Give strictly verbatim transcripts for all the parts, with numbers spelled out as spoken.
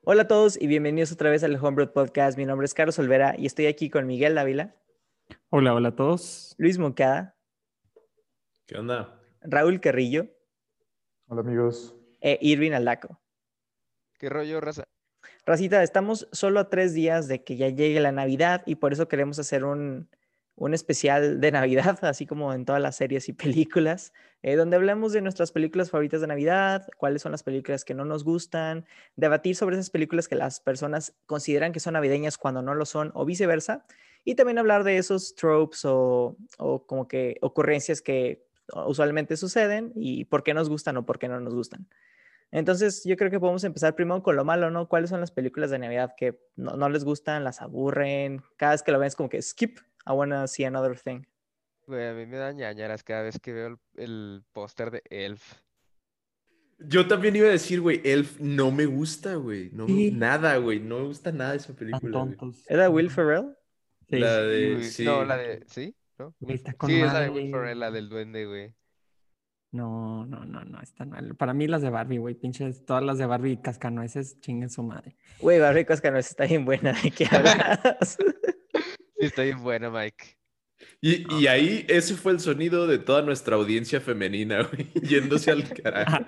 Hola a todos y bienvenidos otra vez al Homebrew Podcast. Mi nombre es Carlos Olvera y estoy aquí con Miguel Dávila, Hola, hola a todos. Luis Moncada, ¿Qué onda? Raúl Carrillo Hola amigos. e Irvin Aldaco. ¿Qué rollo, raza? Racita, estamos solo a tres días de que ya llegue la Navidad y por eso queremos hacer un, un especial de Navidad, así como en todas las series y películas, eh, donde hablamos de nuestras películas favoritas de Navidad, cuáles son las películas que no nos gustan, debatir sobre esas películas que las personas consideran que son navideñas cuando no lo son o viceversa, y también hablar de esos tropes o, o como que ocurrencias que usualmente suceden y por qué nos gustan o por qué no nos gustan. Entonces, yo creo que podemos empezar primero con lo malo, ¿no? ¿Cuáles son las películas de Navidad que no, no les gustan, las aburren? Cada vez que lo ven es como que skip, I wanna see another thing. Güey, a mí me da ñañaras cada vez que veo el, el póster de Elf. Yo también iba a decir, güey, Elf no me gusta, güey. No, Sí. nada, güey. No me gusta nada de esa Tan película, güey. tontos. ¿Es la Will Ferrell? Sí, La sí. de, güey. sí. No, la de... ¿Sí? ¿No? Güey, está con Sí, es la de Will madre. Ferrell, la del duende, güey. No, no, no, no, está mal. Para mí las de Barbie, güey, pinches, todas las de Barbie cascanueces, chinguen su madre. Güey, Barbie Cascanueces está bien buena, ¿de qué hablas? Sí, está bien buena, Mike. Y, y ahí ese fue el sonido de toda nuestra audiencia femenina, güey, yéndose al carajo.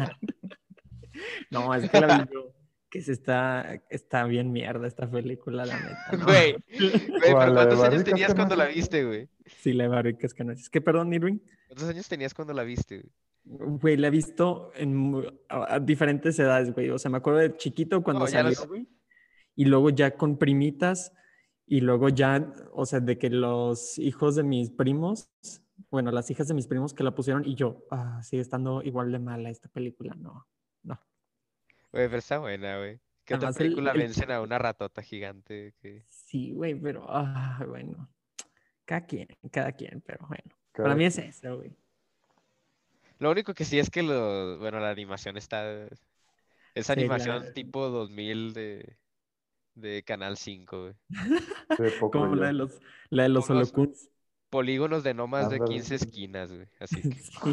No, es que la vi yo, que se está, está bien mierda esta película, la neta. ¿no? Güey, güey, ¿Cuál, pero la de ¿cuántos años Barbie tenías cuando la Cascanueces? viste, güey? Sí, la de Barbie cascanueces. ¿Qué, perdón, Irving? ¿Cuántos años tenías cuando la viste, güey? Güey, la he visto en mu- a, a diferentes edades, güey. O sea, me acuerdo de chiquito cuando No, ya lo salió, sé. güey. Y luego ya con primitas. Y luego ya, o sea, de que los hijos de mis primos, bueno, las hijas de mis primos que la pusieron y yo, ah, sigue estando igual de mala esta película. No, no. Güey, pero está buena, güey. ¿Qué otra Además, el, película el- vencen a una ratota gigante? Que... Sí, güey, pero, ah, bueno. Cada quien, cada quien, pero bueno. Cada Para mí es quien. eso, güey. Lo único que sí es que lo... Bueno, la animación está... Es Sí, animación la, tipo dos mil de... de Canal cinco, güey. De poco como la de yo. los, la de los Unos holocuns. polígonos de no más de Ándale. quince esquinas, güey. Así que... Sí,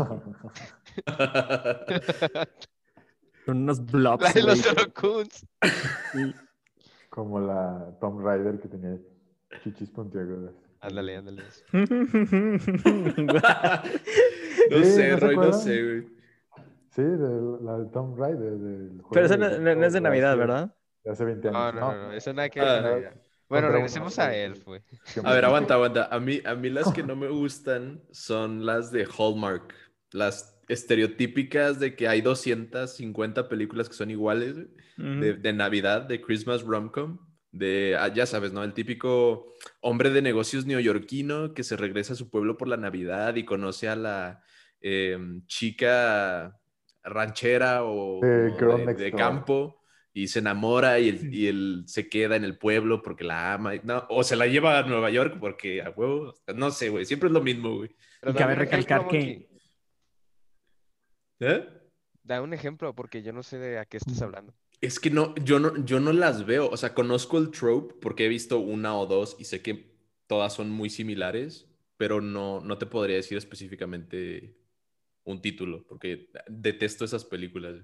son unos La blobs, de güey. los holocuns. Sí. Como la Tomb Raider que tenía chichis puntiagudas. Ándale, ándale. No Sí, sé, ¿no se Roy, no acuerdan? sé, güey. Sí, de, la de Tomb Raider, del juego. Pero eso de no, no- no es de Nintendo Navidad, hace- ¿verdad? De hace veinte No, años. no, no, no. Eso nada que Ah. ver con Navidad. Bueno, Contra regresemos unos, a eh, Elf, güey. que- A ver, aguanta, aguanta. A mí, a mí las que no me gustan son las de Hallmark. Las estereotípicas de que hay doscientas cincuenta películas que son iguales, güey, de, Ujú. de Navidad, de Christmas rom-com. De, ah, ya sabes, ¿no? El típico hombre de negocios neoyorquino que se regresa a su pueblo por la Navidad y conoce a la em, chica ranchera o Eh, como Girl de, Next de Door. campo y se enamora y él, y él se queda en el pueblo porque la ama. No, o se la lleva a Nueva York porque a huevo, no sé, güey, siempre es lo mismo, güey. Pero Y cabe dame un ejemplo, recalcar que, Monkey. ¿Eh? Da un ejemplo, porque yo no sé de a qué estás hablando. Es que no, yo no, yo no las veo. O sea, conozco el trope porque he visto una o dos y sé que todas son muy similares, pero no, no te podría decir específicamente un título porque detesto esas películas.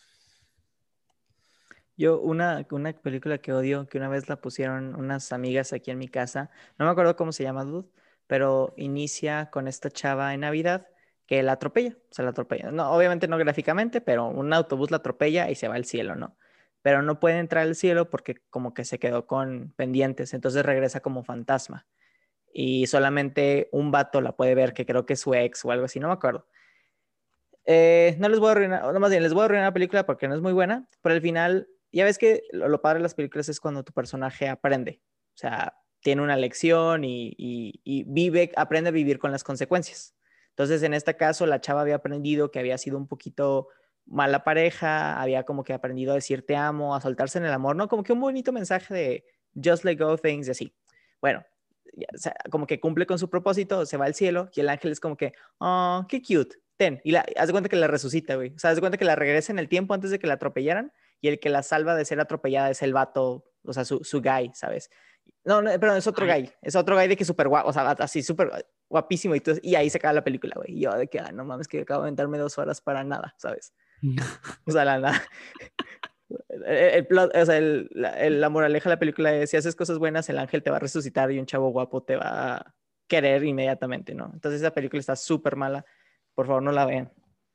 Yo, una, una película que odio, que una vez la pusieron unas amigas aquí en mi casa, no me acuerdo cómo se llama, dude, pero inicia con esta chava en Navidad que la atropella, se la atropella. No, obviamente no gráficamente, pero un autobús la atropella y se va al cielo, ¿no? Pero no puede entrar al cielo porque como que se quedó con pendientes, entonces regresa como fantasma. Y solamente un vato la puede ver, que creo que es su ex o algo así, no me acuerdo. Eh, no les voy a arruinar, no más bien, les voy a arruinar la película porque no es muy buena, pero al final, ya ves que lo, lo padre de las películas es cuando tu personaje aprende, o sea, tiene una lección y, y, y vive, aprende a vivir con las consecuencias. Entonces, en este caso, la chava había aprendido que había sido un poquito mala pareja, había como que aprendido a decir te amo, a soltarse en el amor, ¿no? Como que un bonito mensaje de just let go things y así. Bueno, ya, o sea, como que cumple con su propósito, se va al cielo y el ángel es como que, oh, qué cute, ten. Y la, haz de cuenta que la resucita, güey. O sea, haz de cuenta que la regresa en el tiempo antes de que la atropellaran y el que la salva de ser atropellada es el vato, o sea, su, su guy, ¿sabes? No, no, perdón, es otro Ay. guy. Es otro guy de que súper guapo, o sea, así súper guapísimo y, todo, y ahí se acaba la película, güey. Y yo de que, ah, no mames, que acabo de aventarme dos horas para nada, ¿sabes? O sea, la nada. El, el plot, o sea, el- la, el- la moraleja de la película es, si haces cosas buenas, el ángel te va a resucitar y un chavo guapo te va a querer inmediatamente, ¿no? Entonces esa película está súper mala. Por favor, no la vean.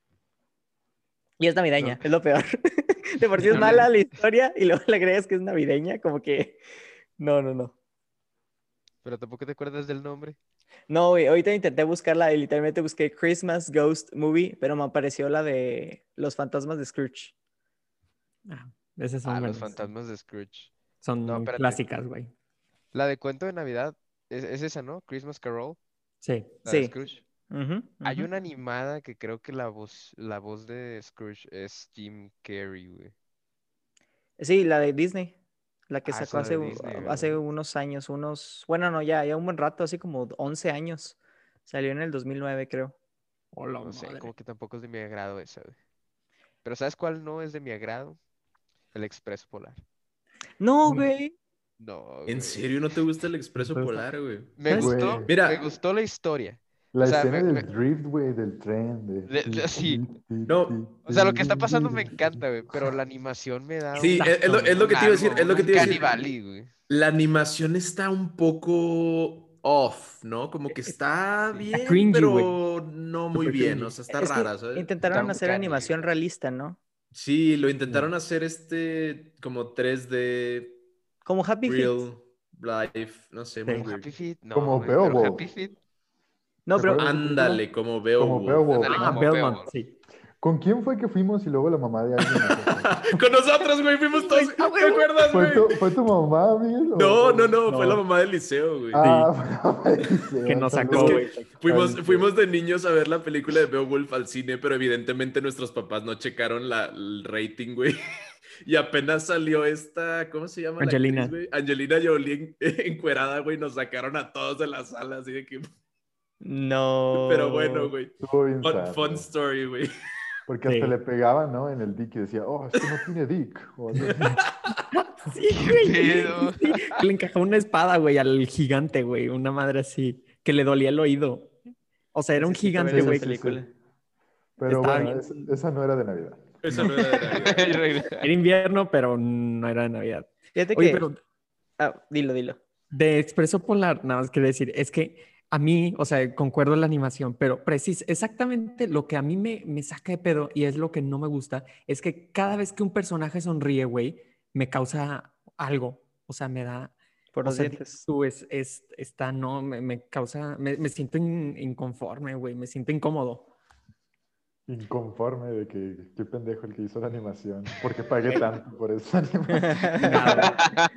Y es navideña, No. es lo peor. De por sí es No le- mala la historia y luego le agregas que es navideña, como que... No, no, no. Pero tampoco te acuerdas del nombre. No, güey, ahorita intenté buscarla y literalmente busqué Christmas Ghost Movie, pero me apareció la de Los fantasmas de Scrooge. Ah, esas son Ah, Los buenas. fantasmas de Scrooge. Son No, espérate. clásicas, güey. La de Cuento de Navidad es, es esa, ¿no? Christmas Carol, Sí. la de Sí. Scrooge. Ujú, Hay ujú. una animada que creo que la voz, la voz de Scrooge es Jim Carrey, güey. Sí, la de Disney. La que Ah, sacó esa hace, de u- Disney, hace ¿verdad? unos años, unos... Bueno, no, ya, ya un buen rato, así como once años. Salió en el dos mil nueve, creo. Hola, No sé, madre. como que tampoco es de mi agrado esa, güey. Pero ¿sabes cuál no es de mi agrado? El Expreso Polar. No, Mm. güey. No, ¿En güey. serio no te gusta el Expreso Entonces, Polar, güey? Me ¿sabes? gustó, Güey, me Mira, gustó la historia. la O sea, escena me- del me- drift, güey, del tren. De... de- de- sí. no. O sea, lo que está pasando me encanta, güey. Pero la animación me da Sí, un, es, es lo, es lo que te iba a decir, algo, es lo que un te iba a decir. Canibali, güey. La animación está un poco off, ¿no? Como que está Sí. bien, cringy, güey. pero no muy Súper bien, cringy. o sea, está Es que rara, ¿sabes? intentaron Está hacer uncanny, animación güey. realista, ¿no? Sí, lo intentaron hacer este como tres D, Como Happy Feet. real life, no sé, muy Sí. weird. Happy Feet, no, Como güey. Pero Beowulf. Happy Feet, No, ¿Te pero acuerdas de esa película? Ándale, como Como Beowulf. Beowulf, ándale, Ah, como Belmont, Beowulf. sí. ¿Con quién fue que fuimos y luego la mamá de alguien nos fue? Con nosotros, güey, fuimos todos. ¡Ah, ¿Te acuerdas, ¿Fue güey? tu, fue tu mamá, Miguel? o- No, no, o- no, fue la No. mamá del liceo, güey. Ah, fue la mamá de Liceo, Que nos Es sacó, saludos que güey. fuimos, al- fuimos de niños a ver la película de Beowulf al cine, pero evidentemente nuestros papás no checaron la, el rating, güey. Y apenas salió esta, ¿cómo se llama Angelina. la actriz, güey? Angelina Jolie en- encuerada, güey. Nos sacaron a todos de la sala, así de que... no. Pero bueno, güey. Estuvo bien Fun, sad, fun güey. story, güey. Porque hasta Sí. le pegaba, ¿no? En el dick y decía, oh, es que no tiene dick. O algo así. Sí, güey. pedo? Sí, que le encajó una espada, güey, al gigante, güey. Una madre así. Que le dolía el oído. O sea, era un Necesito ver gigante, esa güey. sí, sí. película. Pero Estaba bueno, bien. es- esa no era de Navidad. Eso no era de Navidad. Era invierno, pero no era de Navidad. Fíjate Oye, que... pero Ah, dilo, dilo. de Expreso Polar, nada más quiero decir, es que a mí, o sea, concuerdo en la animación, pero precis, exactamente lo que a mí me, me saca de pedo y es lo que no me gusta, es que cada vez que un personaje sonríe, güey, me causa algo, o sea, me da... Por O los sea, dientes. tú es, es, está, no, me, me causa, me, me siento in- inconforme, güey, me siento incómodo. Inconforme de que qué pendejo el que hizo la animación. ¿Por qué pagué tanto por esa animación? Nada,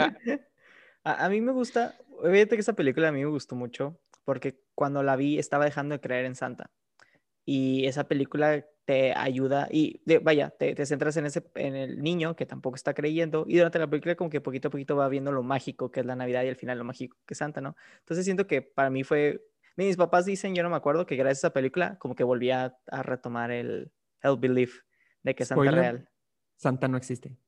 A, a mí me gusta, fíjate que esa película a mí me gustó mucho porque cuando la vi estaba dejando de creer en Santa y esa película te ayuda y de- vaya, te, te centras en ese en el niño que tampoco está creyendo y durante la película como que poquito a poquito va viendo lo mágico que es la Navidad y al final lo mágico que es Santa, ¿no? Entonces siento que para mí fue, mis papás dicen, yo no me acuerdo, que gracias a esa película como que volví a, a retomar el, el belief de que Santa es Spoiler. real. Santa no existe.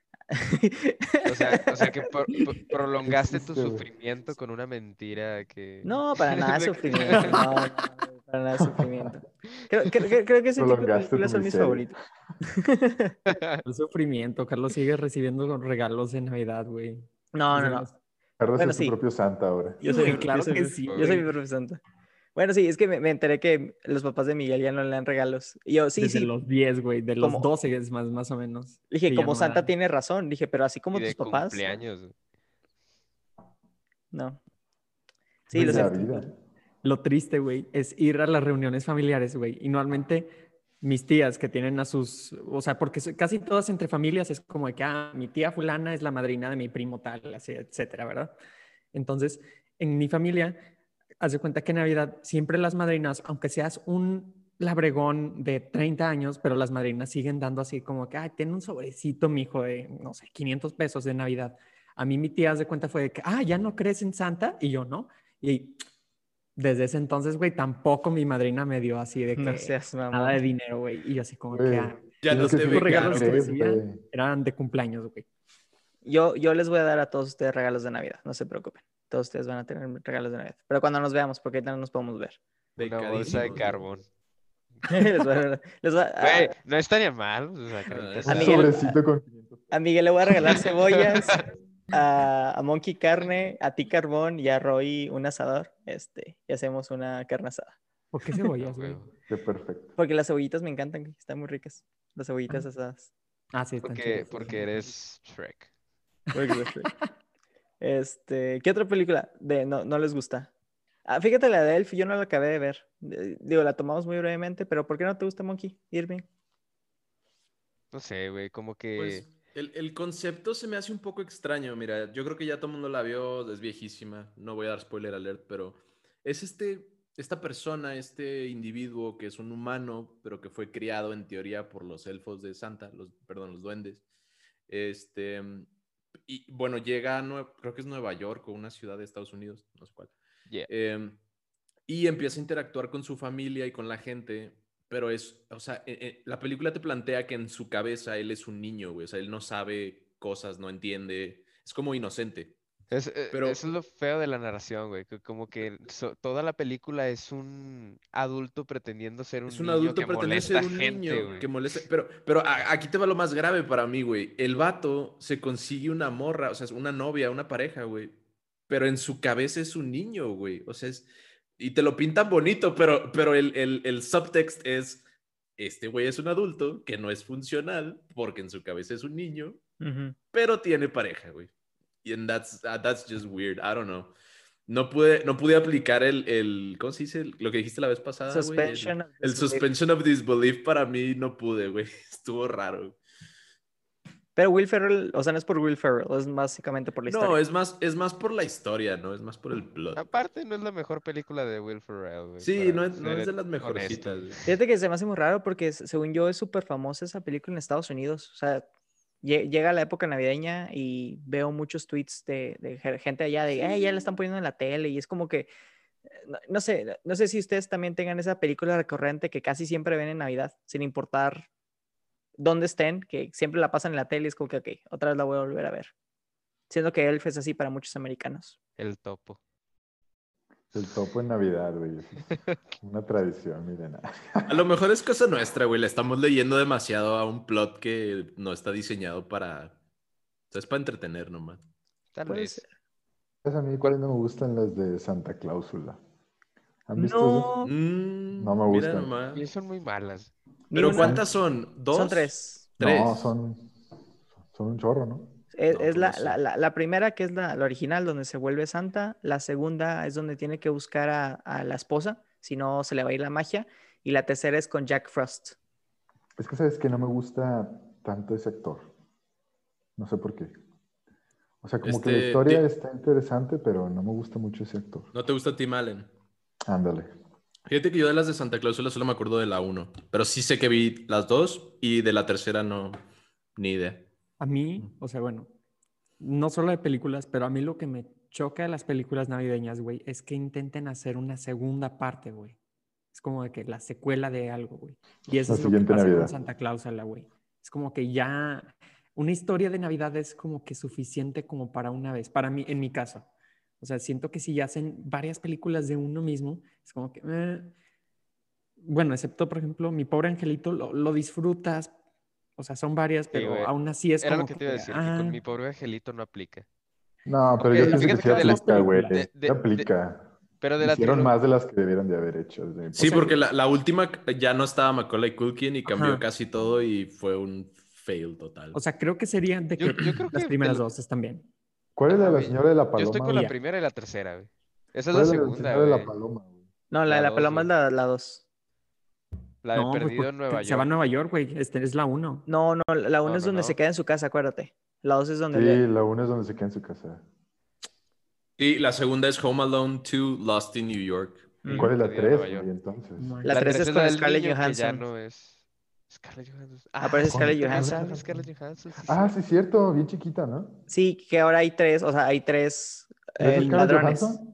O sea, o sea que pro- pro- prolongaste tu existe, güey. sufrimiento con una mentira que... No, para nada de de que- sufrimiento. No, no, no, para nada de sufrimiento. Creo, creo- creo- creo que ese tipo de Prolongaste tu películas son mis miseria. favoritos. El sufrimiento. Carlos sigue recibiendo regalos de Navidad, güey. No, no, Desde no. los- Carlos Bueno, es su sí. propio santa ahora. Yo soy, Güey, yo claro soy- que sí, yo soy güey. mi propio santo. Bueno, sí, es que me, me enteré que los papás de Miguel ya no le dan regalos. Y yo, sí, Desde sí. los diez, güey. De los Como- doce es más, más o menos. Dije, que ya como no Santa dan. tiene razón. Dije, pero así Y como de tus papás. cumpleaños. No. Sí, lo Es la siento. vida. Lo triste, güey, es ir a las reuniones familiares, güey. Y normalmente mis tías que tienen a sus, o sea, porque so- casi todas entre familias es como de que, ah, mi tía fulana es la madrina de mi primo tal, así, etcétera, ¿verdad? Entonces, en mi familia, haz de cuenta que en Navidad siempre las madrinas, aunque seas un labregón de treinta años, pero las madrinas siguen dando así como que, ay, tiene un sobrecito, mijo, de, no sé, quinientos pesos de Navidad. A mí mi tía, haz de cuenta, fue de que, ah, ¿ya no crees en Santa? Y yo, ¿no? Y desde ese entonces, güey, tampoco mi madrina me dio así de que No seas mamón. nada de dinero, güey. Y yo así como Güey, que, ah, Ya es no que te sí ve los lo regalos que caro. crees, recibía güey. eran de cumpleaños, güey. Yo, yo les voy a dar a todos ustedes regalos de Navidad. No se preocupen. Todos ustedes van a tener regalos de Navidad. Pero cuando nos veamos, porque ahorita no nos podemos ver. Una bolsa de Becadísimos, carbón. les voy a, les voy a- Güey, no estaría mal. O sea, Ah, carnitas esa- A Un Miguel- asadas. sobrecito con quinientos A Miguel le voy a regalar cebollas, a, a Monkey carne, a ti carbón y a Roy un asador. Este, y hacemos una carne asada. ¿Por qué No, cebollas, güey? güey. Qué perfecto. Porque las cebollitas me encantan, güey, están muy ricas. Las cebollitas Ah. asadas. Ah, sí, están Porque, chidas. porque eres Shrek. Porque las Shrek. Este, ¿qué otra película de no, no les gusta? Ah, fíjate la de Elf, yo no la acabé de ver. Eh, Digo, la tomamos muy brevemente, pero ¿por qué no te gusta Monkey, Irving? No sé, güey, como Pues que... el, el concepto se me hace un poco extraño. Mira, yo creo que ya todo el mundo la vio, es viejísima. No voy a dar spoiler alert, pero es este, esta persona, este individuo que es un humano, pero que fue criado en teoría por los elfos de Santa, los, perdón, los duendes. Este, y bueno, llega a, Nue- creo que es Nueva York o una ciudad de Estados Unidos, no sé cuál. Yeah. Eh, y empieza a interactuar con su familia y con la gente, pero es, o sea, eh, eh, la película te plantea que en su cabeza él es un niño, güey, o sea, él no sabe cosas, no entiende, es como inocente, Es, eh, pero eso es lo feo de la narración, güey. Que como que so- toda la película es un adulto pretendiendo ser es un un niño adulto que pretende molesta ser un gente, niño güey. que molesta, pero, pero a- aquí te va lo más grave para mí, güey, el vato se consigue una morra, o sea, es una novia, una pareja, güey, pero en su cabeza es un niño, güey, o sea, es, y te lo pintan bonito, pero, pero el, el, el subtext es, este güey es un adulto que no es funcional porque en su cabeza es un niño, Ujú. pero tiene pareja, güey. Y and that's, uh, that's just weird, I don't know. No pude, no pude aplicar el, el, ¿cómo se dice? Lo que dijiste la vez pasada, güey. El, Suspension of el disbelief. suspension of disbelief para mí no pude, güey. Estuvo raro. Pero Will Ferrell, o sea, no es por Will Ferrell, es básicamente por la No, historia. es más, es más por la historia, ¿no? Es más por el plot. Aparte, no es la mejor película de Will Ferrell, güey. Sí, para no es, no ser es de las honesto. mejorcitas, güey. Fíjate que se me hace muy raro porque s- según yo es súper famosa esa película en Estados Unidos. O sea, lle- llega la época navideña y veo muchos tweets de, de ge- gente allá de, "Ey, ya la están poniendo en la tele", y es como que, eh, no, no sé, no sé si ustedes también tengan esa película recurrente que casi siempre ven en Navidad, sin importar dónde estén, que siempre la pasan en la tele y es como que, ok, otra vez la voy a volver a ver. Siendo que Elf es así para muchos americanos. El topo. El topo en Navidad, güey. Eso es una tradición, miren. A lo mejor es cosa nuestra, güey. Le estamos leyendo demasiado a un plot que no está diseñado para... O sea, es para entretener nomás. Tal Puede vez. ser. Pues a mí ¿Cuál? cuáles no me gustan las de Santa Cláusula. ¿Han visto esas? No, Mm, No me mira gustan. nomás. Y son muy malas. ni ¿Pero una. cuántas son? ¿Dos? Son tres. Tres. No, son, son un chorro, ¿no? Es, No, es pues la, no sé. la, la, la primera, que es la, la original, donde se vuelve santa. La segunda es donde tiene que buscar a, a la esposa, si no se le va a ir la magia. Y la tercera es con Jack Frost. Es que sabes que no me gusta tanto ese actor. No sé por qué. O sea, como que la Este, historia ti- está interesante, pero no me gusta mucho ese actor. ¿No te gusta Tim Allen? Ándale. Fíjate que yo de las de Santa Cláusula solo me acuerdo de la uno, pero sí sé que vi las dos y de la tercera no, ni idea. A mí, o sea, bueno, no solo de películas, pero a mí lo que me choca de las películas navideñas, güey, es que intenten hacer una segunda parte, güey. Es como de que la secuela de algo, güey. Y eso La es lo que siguiente pasa con Navidad. Santa Cláusula, güey. Es como que ya una historia de Navidad es como que suficiente como para una vez, para mí, en mi caso. O sea, siento que si ya hacen varias películas de uno mismo, es como que... eh. Bueno, excepto, por ejemplo, Mi Pobre Angelito, lo, lo disfrutas. O sea, son varias, Sí, pero güey. aún así es Era lo como que que... te iba a decir, que con ah, mi pobre angelito no aplica. No, pero Aunque yo pienso que fíjate sí que de la- dos aplica, güey. películas. de- de- Sí aplica. Pero de la Hicieron trilogía. más de las que debieron de haber hecho. desde mi O Sí, sea, porque la, la última ya no estaba Macaulay Culkin y cambió ajá. casi todo y fue un fail total. O sea, creo que serían de Yo, que yo creo las que. primeras de la- dos están bien. ¿Cuál es la Ajá, de la güey. señora de la Yo estoy paloma? con Y la ya. primera y la tercera, güey. Esa es ¿Cuál la es la de la segunda, señora de la güey. paloma, güey? No, la de La la dos, paloma es güey. la, la dos. La de No, pues Perdido en porque Nueva se va a York. Nueva York, güey. Este es la uno. No, no, la una No, es no, donde se no. queda en su casa, acuérdate. La dos es donde Sí, le- la una es donde se queda en su casa. Y la segunda es Home Alone dos, Lost in New York. ¿Y Ujú. cuál es la Perdido en tres, Nueva York. güey, entonces? No La La tres tres es es la con del Scarlett niño que ya Johansson. no es. Scarlett Johansson. Ah, Aparece sí, Scarlett también Johansson. sale Scarlett Johansson, sí, Ah, sí. sí, cierto. Bien chiquita, ¿no? Sí, que ahora hay tres, o sea, hay tres ¿Es eh, Scarlett ladrones. Johansson?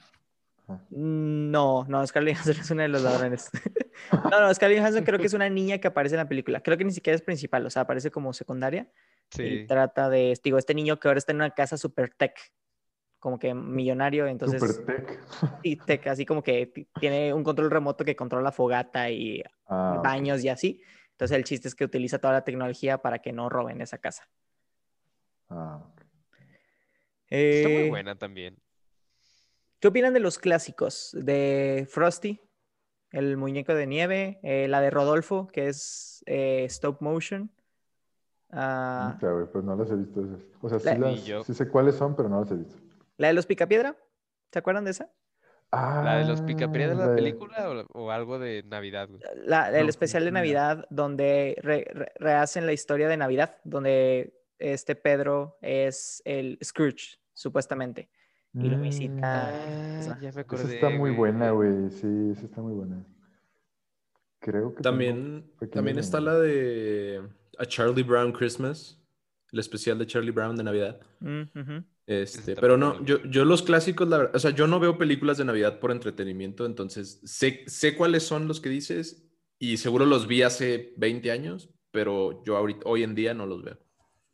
Mm, No, no, Scarlett Johansson es una de los ladrones. No, no, Scarlett Johansson creo que es una niña que aparece en la película. Creo que ni siquiera es principal, o sea, aparece como secundaria. Y Sí. trata de, digo, este niño que ahora está en una casa super tech, como que millonario, entonces, Super tech. sí, tech, así como que t- tiene un control remoto que controla fogata y Ah, ok. baños y así. Entonces el chiste es que utiliza toda la tecnología para que no roben esa casa. Ah, ok. Está muy Eh, buena también. ¿Qué opinan de los clásicos? De Frosty, el muñeco de nieve, eh, la de Rodolfo, que es eh, stop motion. ah, Puta, güey, pues no las he visto esas. O sea, sí la, Ni las, yo. sí sé cuáles son, pero no las he visto. la de los Picapiedra, ¿se acuerdan de esa? ¿La de los Ah, Picapiedra de la la de- película o, o algo de Navidad, güey? La, el No, especial de Navidad. Navidad donde re- re- rehacen la historia de Navidad, donde este Pedro es el Scrooge, supuestamente, y lo Mm, visita. Ah, esa. ya me esa está acordé, muy güey. buena, güey. Sí, esa está muy buena. Creo que tengo También, pequeña también está memoria. la de A Charlie Brown Christmas, el especial de Charlie Brown de Navidad. Mm, ujú. Ese Este, pero tampoco no no, lo yo, vi. yo los clásicos, la verdad, o sea, yo no veo películas de Navidad por entretenimiento, entonces sé, sé cuáles son los que dices y seguro los vi hace veinte años, pero yo ahorita, hoy en día no los veo.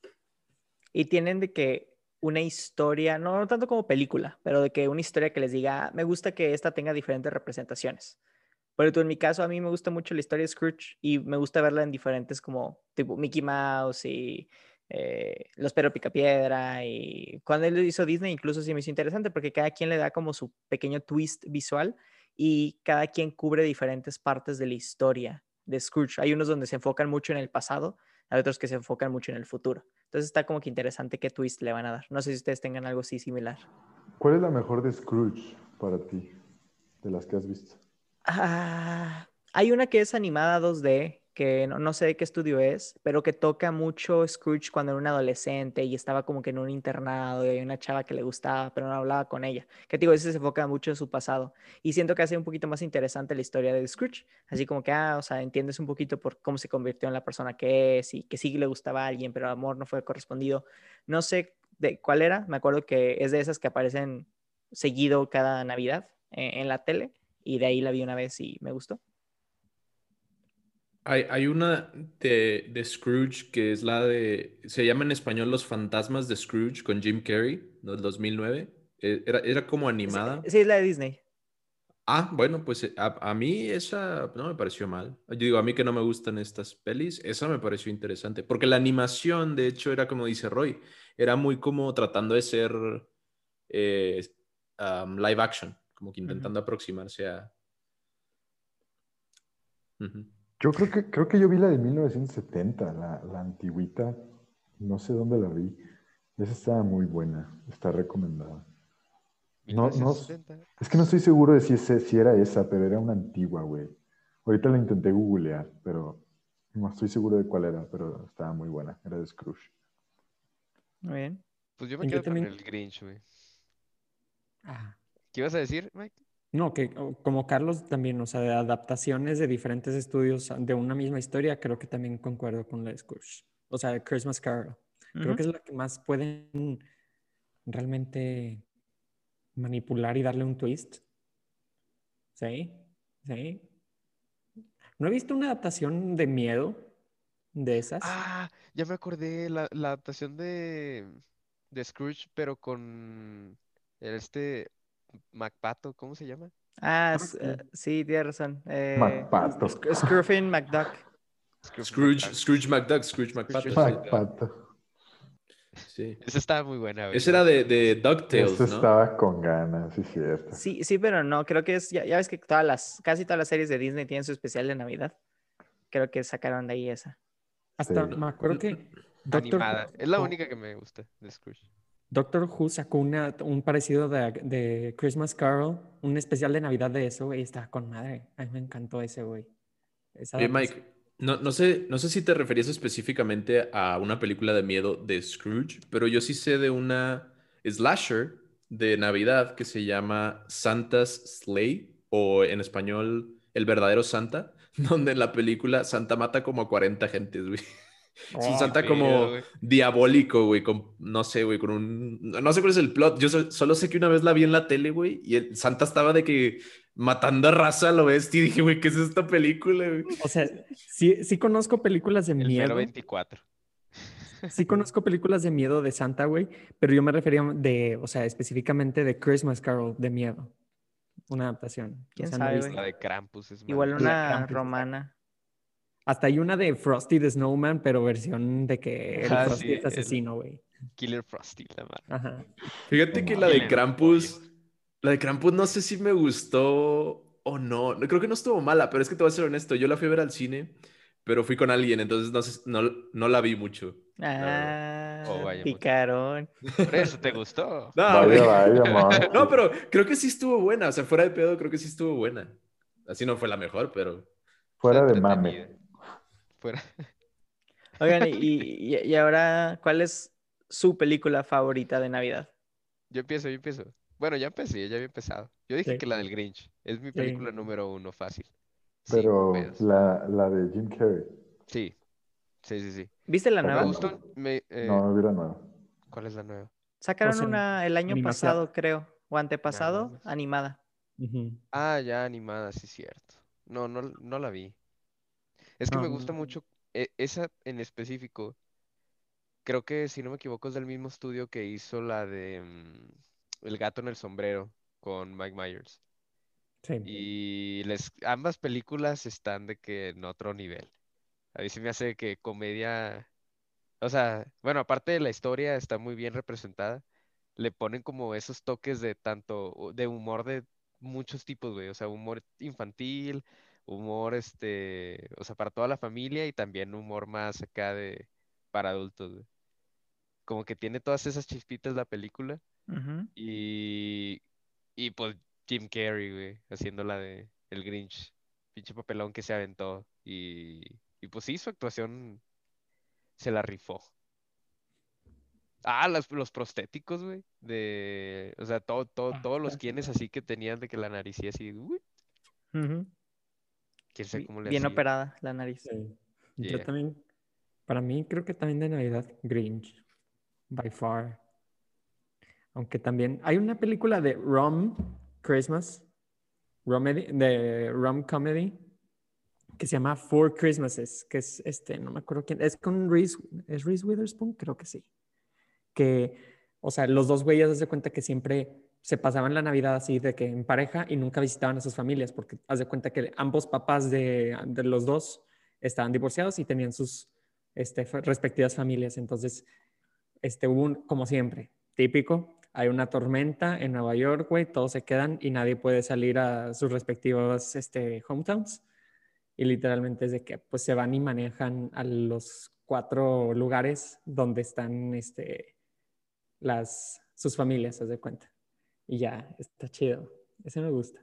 Y tienen de que una historia, no, no tanto como película, pero de que una historia que les diga, "Ah, me gusta que esta tenga diferentes representaciones". Pero tú, en mi caso, a mí me gusta mucho la historia de Scrooge y me gusta verla en diferentes como tipo Mickey Mouse y eh, Los Pedro Picapiedra. Y cuando él hizo Disney, incluso sí me hizo interesante porque cada quien le da como su pequeño twist visual y cada quien cubre diferentes partes de la historia de Scrooge. Hay unos donde se enfocan mucho en el pasado, hay otros que se enfocan mucho en el futuro. Entonces está como que interesante qué twist le van a dar. No sé si ustedes tengan algo así similar. ¿Cuál es la mejor de Scrooge para ti? De las que has visto. Ah, hay una que es animada dos D, que no, no sé de qué estudio es, pero que toca mucho Scrooge cuando era un adolescente y estaba como que en un internado y hay una chava que le gustaba, pero no hablaba con ella. Que te digo, ese se enfoca mucho en su pasado. Y siento que hace un poquito más interesante la historia de Scrooge. Así como que, ah, o sea, entiendes un poquito por cómo se convirtió en la persona que es y que sí le gustaba a alguien, pero el amor no fue correspondido. No sé de cuál era, me acuerdo que es de esas que aparecen seguido cada Navidad en, en la tele y de ahí la vi una vez y me gustó. Hay, hay una de, de Scrooge que es la de, se llama en español Los Fantasmas de Scrooge con Jim Carrey, del dos mil nueve. Eh, Era, era como Sí, animada. sí, es la de Disney. Ah, bueno, pues eh, a, a mí esa no me pareció mal. Yo digo, a mí que no me gustan estas pelis, esa me pareció interesante. Porque la animación, de hecho, era como dice Roy, era muy como tratando de ser eh, um, live action, como que Ujú. intentando aproximarse a... Ujú. Yo creo que, creo que yo vi la de mil novecientos setenta, la, la antigüita. No sé dónde la vi. Esa estaba muy buena. Está recomendada. No, no, ¿mil novecientos setenta? es que no estoy seguro de si, ese- si era esa, pero era una antigua, güey. Ahorita la intenté googlear, pero no estoy seguro de cuál era, pero estaba muy buena. Era de Scrooge. Muy bien. Pues yo me Y yo quedo con también. el Grinch, güey. Ah, ¿Qué ibas a decir, Mike? no, que o- como Carlos también, o sea, de adaptaciones de diferentes estudios de una misma historia, creo que también concuerdo con la de Scrooge. O sea, de Christmas Carol. Creo Ujú. que es la que más pueden realmente manipular y darle un twist. Sí, sí. No he visto una adaptación de miedo de esas. Ah, ya me acordé, la, la adaptación de, de Scrooge, pero con este MacPato, ¿cómo se llama? Ah, Ah, s- eh, sí. sí, tienes razón. Eh, MacPato. Sc- Scruffin McDuck. Scrooge Scrooge, McDuck. Scrooge McDuck, Scrooge Scrooge McPato, sí. McDuck. MacPato. Sí. Esa estaba muy buena, güey. Ese Me era gustó de, mucho. de Ese DuckTales, ¿no? estaba con ganas, sí, cierto. Sí, sí, pero no, creo que es, ya, ya ves que todas las, casi todas las series de Disney tienen su especial de Navidad. Creo que sacaron de ahí esa. Sí. Hasta me acuerdo que Doctor Animada. Es la Who, única que me gusta de Scrooge. Doctor Who sacó una, un parecido de, de Christmas Carol, un especial de Navidad de eso, güey, está con madre. A mí me encantó ese, güey. Esa Oye, adaptación. Mike, no, no sé, no sé si te referías específicamente a una película de miedo de Scrooge, pero yo sí sé de una slasher de Navidad que se llama Santa's Slay, o en español, El verdadero Santa, donde en la película Santa mata como a cuarenta gentes, güey. Es un Oh, ¿Qué Santa pedo, como güey? diabólico, güey, con, no sé, güey, con un... No sé cuál es el plot, yo so- solo sé que una vez la vi en la tele, güey, y el Santa estaba de que matando a raza a lo bestia, y dije, güey, ¿qué es esta película, güey? o sea, sí, sí conozco películas de El mero miedo. veinticuatro. Sí conozco películas de miedo de Santa, güey, pero yo me refería de, o sea, específicamente de Christmas Carol de miedo. Una adaptación. O ¿Quién sea, no he sabe, visto. güey? La de Krampus es Igual La malísima. de una Krampus, exacto. romana. Hasta hay una de Frosty the Snowman, pero versión de que el Ah, Frosty sí, es el, asesino, güey. Killer Frosty, la madre. Ajá. Fíjate No que la de Killer Krampus, la de Krampus no sé si me gustó o no. No, creo que no estuvo mala, pero es que te voy a ser honesto. Yo la fui a ver al cine, pero fui con alguien, entonces no, sé- no, no la vi mucho, la verdad. Oh, Ah, vaya, mucho. picarón. Por eso te gustó. No, güey. Vaya, vaya, Monchis. No, pero creo que sí estuvo buena. O sea, fuera de pedo, creo que sí estuvo buena. Así no fue la mejor, pero. Está Fuera de entretenida. mame. Fuera. Oigan, y, y, y ahora, ¿cuál es su película favorita de Navidad? Yo empiezo, yo empiezo. Bueno, ya empecé, ya había empezado. Yo dije Sí, que la del Grinch es mi sí. película número uno, fácil. Sin Pero pedos. la, la de Jim Carrey. Sí, sí, sí, sí. ¿Viste la Está Me nueva? buena. gustó. Me, No, eh, no vi la nueva. ¿cuál es la nueva? O Sacaron sea, una el año animación. pasado, creo, o Nada antepasado, más. animada. Ujú. Ah, ya animada, sí, cierto. No, no, no la vi. Es que me gusta No, mucho e- esa en específico. Creo que, si no me equivoco, es del mismo estudio que hizo la de mm, El gato en el sombrero con Mike Myers. sí. Y les, ambas películas están de que en otro nivel. A mí se me hace que comedia, o sea, bueno, aparte de la historia está muy bien representada, le ponen como esos toques de tanto, u- de humor de muchos tipos, güey, o sea, humor infantil, humor, este, o sea, para toda la familia y también humor más acá de, para adultos, güey. Como que tiene todas esas chispitas la película Ujú. y, y pues Jim Carrey, güey, haciendo la de El Grinch, pinche papelón que se aventó y, y pues sí, su actuación se la rifó. Ah, las- los prostéticos, güey. De, o sea, todo, todo, Ah, todos los está. quienes así que tenían de que la nariz y así, uy, Ujú. quién sabe Bi- cómo le Bien hacía. operada la nariz. Sí. Yo Yeah. también, para mí creo que también de Navidad, Grinch, by far. Aunque también hay una película de Rom Christmas, Romedy- de Rom Comedy, que se llama Four Christmases, que es este, no me acuerdo quién, es con Reese, ¿es Reese Witherspoon? Creo que sí. Que, o sea, los dos güeyes, haz de cuenta que siempre se pasaban la Navidad así de que en pareja y nunca visitaban a sus familias, porque haz de cuenta que ambos papás de, de los dos estaban divorciados y tenían sus este, fa- respectivas familias. Entonces, este, hubo un, como siempre, típico, hay una tormenta en Nueva York, güey, todos se quedan y nadie puede salir a sus respectivos este, hometowns. Y literalmente es de que pues se van y manejan a los cuatro lugares donde están este, las, sus familias, haz de cuenta. Y ya, está chido. Ese me gusta.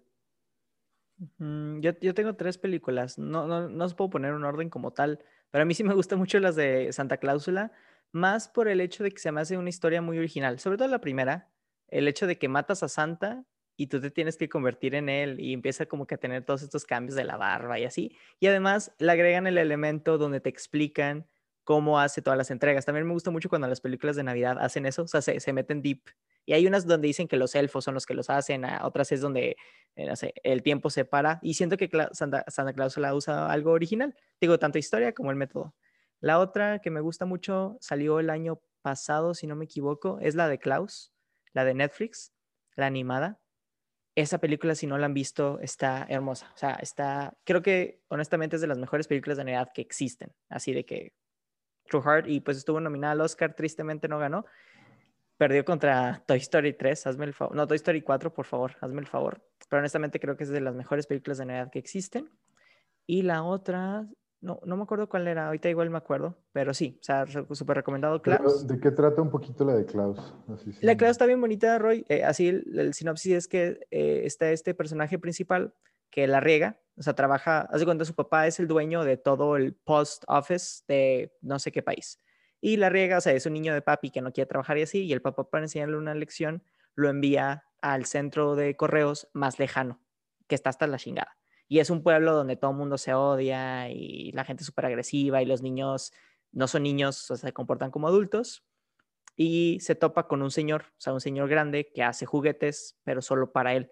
Mm, yo, yo tengo tres películas. No, no, no os puedo poner un orden como tal, pero a mí sí me gustan mucho las de Santa Cláusula, más por el hecho de que se me hace una historia muy original. Sobre todo la primera, el hecho de que matas a Santa y tú te tienes que convertir en él y empieza como que a tener todos estos cambios de la barba y así. Y además le agregan el elemento donde te explican cómo hace todas las entregas. También me gusta mucho cuando las películas de Navidad hacen eso, o sea, se, se meten deep. Y hay unas donde dicen que los elfos son los que los hacen, a otras es donde eh, no sé, el tiempo se para y siento que Cla- Santa, Santa Cláusula usa algo original, digo, tanto historia como el método. La otra que me gusta mucho salió el año pasado, si no me equivoco, es la de Klaus, la de Netflix, la animada. Esa película, si no la han visto, está hermosa. O sea, está, creo que honestamente es de las mejores películas de Navidad que existen. Así de que True Heart, y pues estuvo nominada al Oscar, tristemente no ganó, perdió contra Toy Story tres, hazme el favor. No, Toy Story cuatro, por favor, hazme el favor. Pero honestamente creo que es de las mejores películas de Navidad que existen. Y la otra, no, no me acuerdo cuál era, ahorita igual me acuerdo, pero sí, o sea, súper recomendado Pero, Klaus. ¿de qué trata un poquito la de Klaus? Así La sin... Klaus está bien bonita, Roy. Eh, así el, el sinopsis es que eh, está este personaje principal que la riega, o sea, trabaja, hace cuenta su papá es el dueño de todo el post office de no sé qué país. Y la riega, o sea, es un niño de papi que no quiere trabajar y así, y el papá para enseñarle una lección lo envía al centro de correos más lejano, que está hasta la chingada. Y es un pueblo donde todo el mundo se odia y la gente es súper agresiva y los niños no son niños, o sea, se comportan como adultos y se topa con un señor, o sea, un señor grande que hace juguetes, pero solo para él.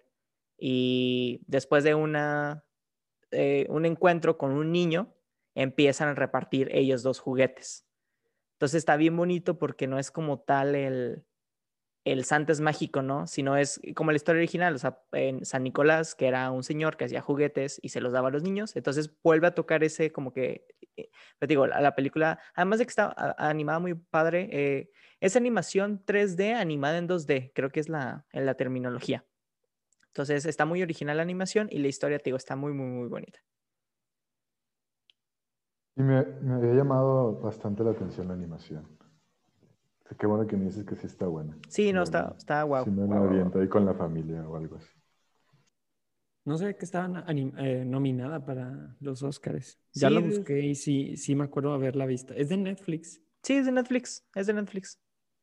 Y después de una, eh, un encuentro con un niño, empiezan a repartir ellos dos juguetes. Entonces está bien bonito porque no es como tal el, el Santa es mágico, ¿no? Sino es como la historia original, o sea, en San Nicolás, que era un señor que hacía juguetes y se los daba a los niños, entonces vuelve a tocar ese como que, eh, te digo, la, la película, además de que está a- animada muy padre, eh, es animación tres D animada en dos D, creo que es la, en la terminología. Entonces está muy original la animación y la historia, te digo, está muy, muy, muy bonita. Y me, me había llamado bastante la atención la animación. O sea, qué bueno que me dices que sí está buena. Sí, no, La- está, está guau. Sí me guau, la guau, aviento guau. ahí con la familia o algo así. No sé que estaba anim- eh, nominada para los Oscars. Ya Sí, la de- busqué y sí, sí me acuerdo haberla visto. Es de Netflix. sí, es de Netflix, es de Netflix.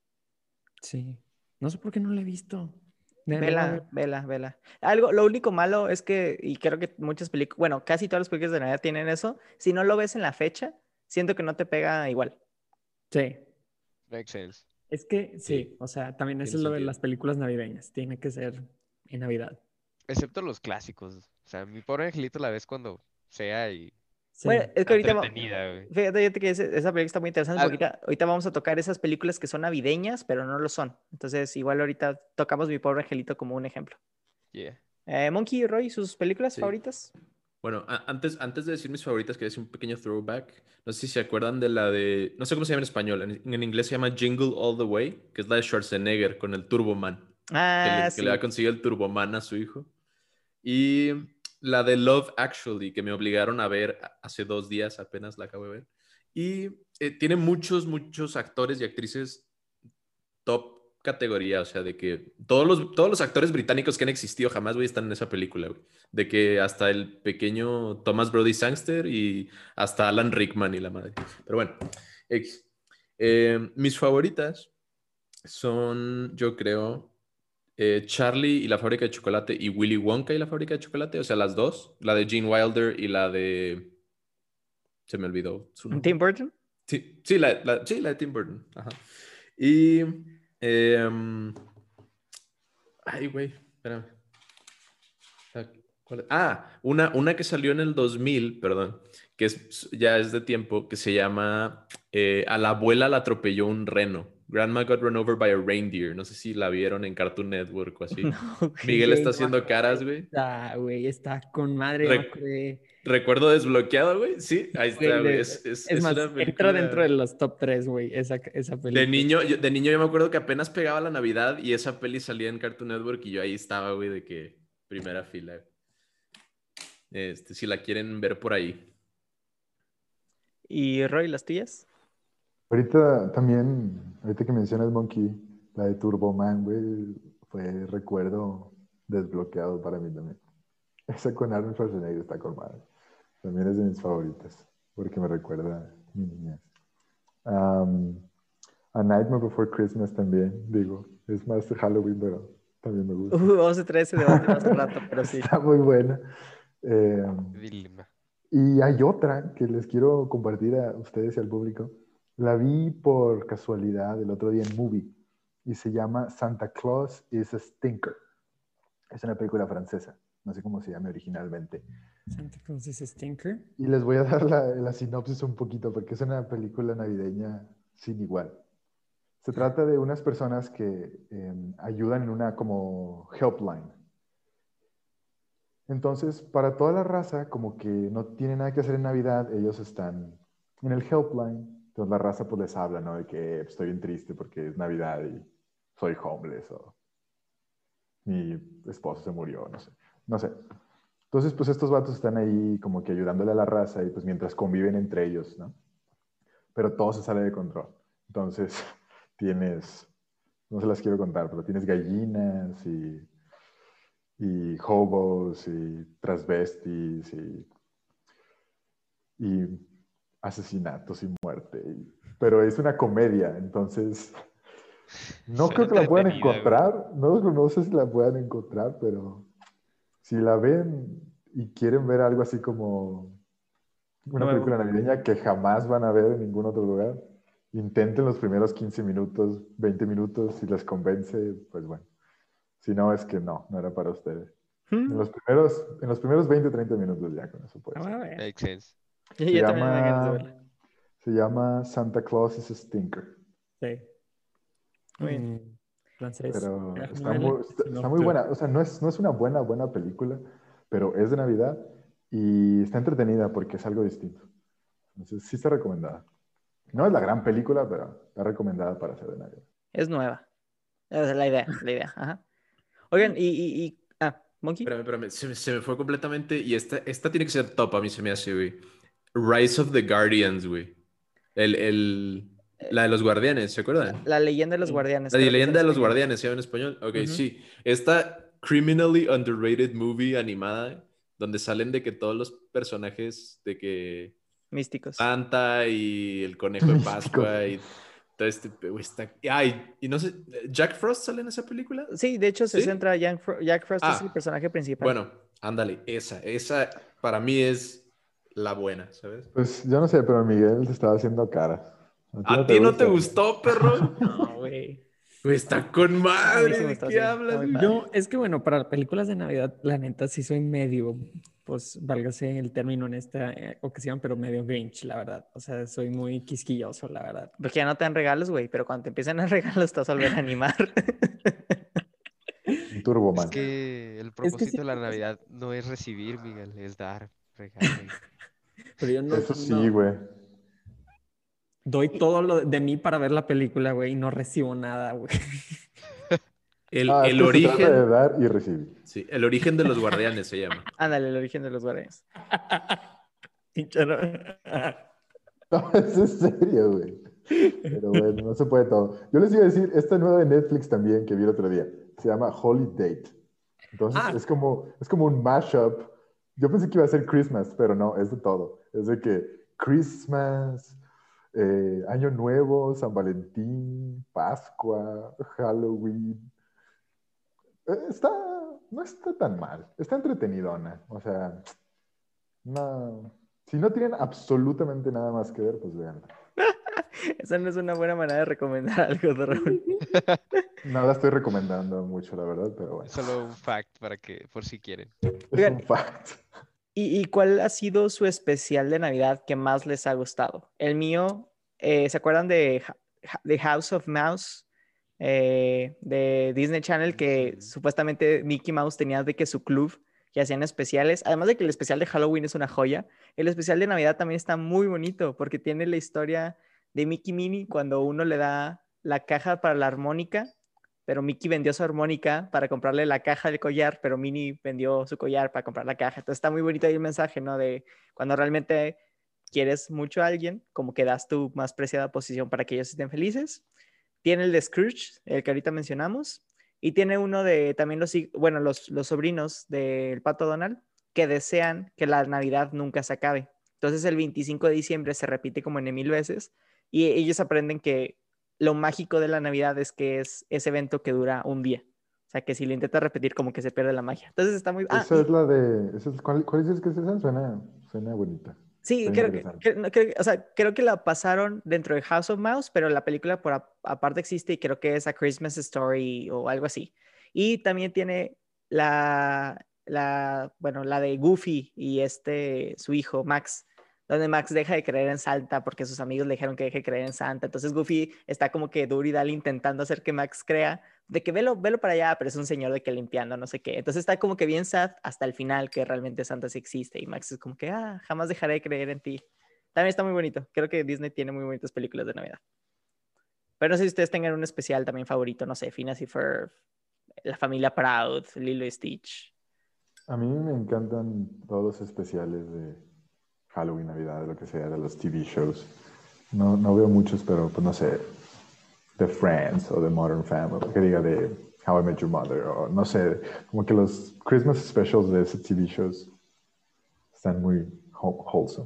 Sí. No sé por qué no la he visto. La, la voy a ver. Vela, vela, vela. Algo, lo único malo es que, y creo que muchas películas, bueno, casi todas las películas de Navidad tienen eso. Si no lo ves en la fecha, siento que no te pega igual. Sí. Makes sense. Es que Sí, sí, o sea, también eso tiene es lo de sentido. las películas navideñas. Tiene que ser en Navidad. Excepto los clásicos. O sea, mi pobre angelito la ves cuando sea y Bueno, Sí. es que está ahorita, va- entretenida, güey. fíjate, fíjate que ese- esa película está muy interesante porque Al- ahorita, ahorita vamos a tocar esas películas que son navideñas, pero no lo son. Entonces, igual ahorita tocamos Mi Pobre Angelito como un ejemplo. yeah. Eh, Monkey y Roy, ¿sus películas Sí. favoritas? Bueno, a- antes, antes de decir mis favoritas, quería hacer un pequeño throwback. No sé si se acuerdan de la de. No sé cómo se llama en español. En, en inglés se llama Jingle All the Way, que es la de Schwarzenegger con el Turboman, que Ah, le, que le va a sí. conseguir el Turboman a su hijo. Y la de Love Actually, que me obligaron a ver a- hace dos días, apenas la acabo de ver. Y eh, tiene muchos, muchos actores y actrices top categoría, o sea, de que todos los, todos los actores británicos que han existido jamás, güey, están en esa película, güey. De que hasta el pequeño Thomas Brody Sangster y hasta Alan Rickman y la madre. Pero bueno, X. Eh, mis favoritas son, yo creo, eh, Charlie y la fábrica de chocolate y Willy Wonka y la fábrica de chocolate, o sea, las dos, la de Gene Wilder y la de... Se me olvidó su Tim nombre. Burton. Sí, sí, la, la- sí, la de Tim Burton. Ajá. Y... em, ay, güey, espérame. Ah, ¿cuál es? Ah, una, una que salió en el dos mil, perdón, que es, ya es de tiempo, que se llama eh, A la abuela la atropelló un reno. Grandma got run over by a reindeer. No sé si la vieron en Cartoon Network o así. No, Miguel está güey, no me haciendo acuerdo. caras, güey. Está, güey, está con madre, ya me Re- acordé. recuerdo desbloqueado, güey. Sí, ahí está, Güey, güey. de- Es, es, es es más, una entra dentro de película... los top tres, güey, esa, esa De película. niño, yo, de niño yo me acuerdo que apenas pegaba la Navidad y esa peli salía en Cartoon Network y yo ahí estaba, güey, de que primera fila. Este, si la quieren ver por ahí. ¿Y Roy, las tuyas? Ahorita también, ahorita que mencionas Monkey, la de Turboman, güey, fue recuerdo desbloqueado para mí también. Esa con Arnold Schwarzenegger está con madre. También es de mis favoritas, porque me recuerda a mi niñez. Um, A Nightmare Before Christmas también, digo, es más de Halloween, pero también me gusta. Uh, vamos a traer ese debate más al rato, pero sí. Está muy buena. Eh, Dilema. y hay otra que les quiero compartir a ustedes y al público. La vi por casualidad el otro día en Movie y se llama Santa Claus is a Stinker. Es una película francesa, no sé cómo se llama originalmente. Santa Claus is a Stinker. Y les voy a dar la, la sinopsis un poquito porque es una película navideña sin igual. Se trata de unas personas que eh, ayudan en una como helpline. Entonces, para toda la raza, como que no tiene nada que hacer en Navidad, ellos están en el helpline. Entonces la raza pues les habla, ¿no? De que estoy bien triste porque es Navidad y soy homeless o mi esposo se murió, no sé. No sé. Entonces, pues estos vatos están ahí como que ayudándole a la raza y pues mientras conviven entre ellos, ¿no? Pero todo se sale de control. Entonces, tienes, no se las quiero contar, pero tienes gallinas y, y hobos y transvestis y, y asesinatos y muerte. Y- pero es una comedia, entonces no Suena creo que la puedan entretenida, güey. encontrar. No, no sé si la puedan encontrar, pero si la ven y quieren ver algo así como una Nuevo. película navideña que jamás van a ver en ningún otro lugar, intenten los primeros quince minutos, veinte minutos, si les convence, pues bueno. Si no, es que no, no era para ustedes. En Hmm, los primeros, en los primeros veinte, treinta minutos ya con eso puede Ah, ser. a ver. Makes sense. Yo, Se yo también me da ganas de llama, verla. se llama Santa Claus is a Stinker. Sí. Muy bien. Mm, Entonces, Pero ah, está vela, muy, está, si está no, muy tú. buena. O sea, no es, no es una buena, buena película, pero es de Navidad y está entretenida porque es algo distinto. Entonces, sí está recomendada. No es la gran película, pero está recomendada para ser de Navidad. Es nueva. Esa es la idea, la idea. Ajá. Oigan, y, y, y- ah, Monkey. Espérame, espérame, se, me se me fue completamente. Y esta, esta tiene que ser top, a mí se me hace, güey. Rise of the Guardians, güey. El, el, Eh, la de los guardianes, ¿se la, acuerdan? la leyenda de los Sí. guardianes, La de creo que es en leyenda de los español. guardianes, ¿se llama en español? Ok, Ujú. sí. Esta criminally underrated movie animada, donde salen de que todos los personajes de que Místicos. Santa y el conejo de Místicos. Pascua y todo este... güey, está... Ay, y no sé, ¿Jack Frost sale en esa película? Sí, de hecho se ¿Sí? centra, Jack, Fro- Jack Frost es el Ah, personaje principal. bueno, ándale, esa, esa para mí es la buena, ¿sabes? Pues yo no sé, pero Miguel te estaba haciendo caras. ¿A ti ¿A no te ti no te gusta? gustó, perro? No, güey. Güey, está con A mí sí madre, me ¿de gustó, qué sí. Está hablas, muy güey? padre. Yo, es que bueno, para películas de Navidad, la neta sí soy medio, pues válgase el término en esta eh, ocasión, pero medio Grinch, la verdad. O sea, soy muy quisquilloso, la verdad. Porque ya no te dan regalos, güey, pero cuando te empiezan a regalos te vas a volver a animar. Un Turboman. Es que el Es que propósito sí, de la Navidad no es recibir, Miguel, es dar regalos. pero yo no, Eso sí, no güey. doy todo lo de mí para ver la película, güey, y no recibo nada, güey. El, Ah, es el que se trata de origen, dar y recibir. sí, el origen de los guardianes se llama. Ándale, el origen de los guardianes. Pinche no. No, es en serio, güey. Pero bueno, no se puede todo. Yo les iba a decir, esta nueva de Netflix también que vi el otro día, se llama Holy Date. Entonces Ah, es como, es como un mashup. Yo pensé que iba a ser Christmas, pero no, es de todo. Es de que Christmas, eh, Año Nuevo, San Valentín, Pascua, Halloween. Eh, está, no está tan mal. Está entretenidona. O sea, no. Si no tienen absolutamente nada más que ver, pues vean. Esa no es una buena manera de recomendar algo de Raúl. No la estoy recomendando mucho, la verdad, pero bueno. Es solo un fact para que, por si quieren. Es Oigan, un fact. ¿y, y cuál ha sido su especial de Navidad que más les ha gustado? El mío, eh, ¿se acuerdan de Ha- Ha- The House of Mouse? Eh, de Disney Channel, que Sí. supuestamente Mickey Mouse tenía de que su club que hacían especiales. Además de que el especial de Halloween es una joya, el especial de Navidad también está muy bonito porque tiene la historia de Mickey y Minnie cuando uno le da la caja para la armónica, pero Mickey vendió su armónica para comprarle la caja del collar, pero Minnie vendió su collar para comprar la caja. Entonces está muy bonito ahí el mensaje, ¿no? De cuando realmente quieres mucho a alguien, como que das tu más preciada posición para que ellos estén felices. Tiene el de Scrooge, el que ahorita mencionamos, y tiene uno de también los, hij- bueno, los, los sobrinos del Pato Donald que desean que la Navidad nunca se acabe. Entonces el veinticinco de diciembre se repite como en mil veces y ellos aprenden que lo mágico de la Navidad es que es ese evento que dura un día. O sea, que si lo intentas repetir como que se pierde la magia. Entonces está muy... Ah, Esa es y la de. Esa es, ¿cuál, cuál dices que es esa? Suena, suena bonita. sí, Está creo que, interesante. que- no, creo- o sea, creo que la pasaron dentro de House of Mouse, pero la película por a- aparte existe y creo que es A Christmas Story o algo así. Y también tiene la, la, bueno, la de Goofy y este, su hijo, Max, donde Max deja de creer en Santa porque sus amigos le dijeron que deje de creer en Santa. Entonces Goofy está como que duro y dale intentando hacer que Max crea de que velo, velo para allá, pero es un señor de que limpiando, no sé qué. Entonces está como que bien sad hasta el final que realmente Santa sí existe y Max es como que, ah, jamás dejaré de creer en ti. También está muy bonito. Creo que Disney tiene muy bonitas películas de Navidad. Pero no sé si ustedes tengan un especial también favorito, no sé, Phineas y Ferb, La Familia Proud, Lilo y Stitch. A mí me encantan todos los especiales de Halloween, Navidad, de lo que sea, de los T V shows. No, no veo muchos, pero pues no sé, de Friends o de Modern Family, que diga de How I Met Your Mother, o no sé, como que los Christmas specials de esos T V shows están muy whole- wholesome.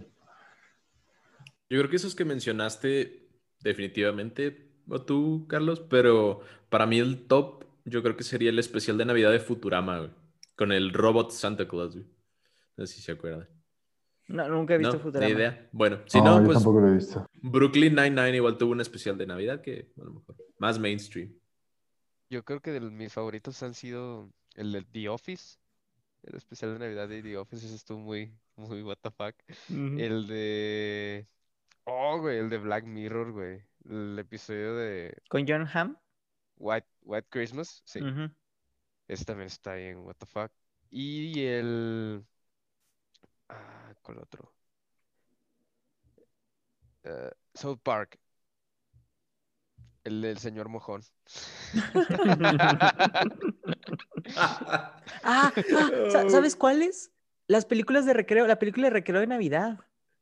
Yo creo que esos que mencionaste, definitivamente, o tú, Carlos, pero para mí el top, yo creo que sería el especial de Navidad de Futurama, güey, con el robot Santa Claus, güey. No sé si se acuerdan. No, nunca he visto No, ni Futurama. idea. Bueno, si No, no, yo pues tampoco lo he visto. Brooklyn Nine-Nine igual tuvo un especial de Navidad que a lo mejor más mainstream. Yo creo que de los- mis favoritos han sido el de The Office, el especial de Navidad de The Office, ese estuvo muy, muy what the fuck. Ujú. El de... Oh, güey, el de Black Mirror, güey. El episodio de... Con John Hamm. White, White Christmas, sí. Ujú. Ese también está bien, what the fuck. Y el... Ah, ¿cuál otro? Eh, South Park, el del señor mojón. Ah, ah, sa- ¿sabes cuáles? Las películas de recreo, la película de recreo de Navidad.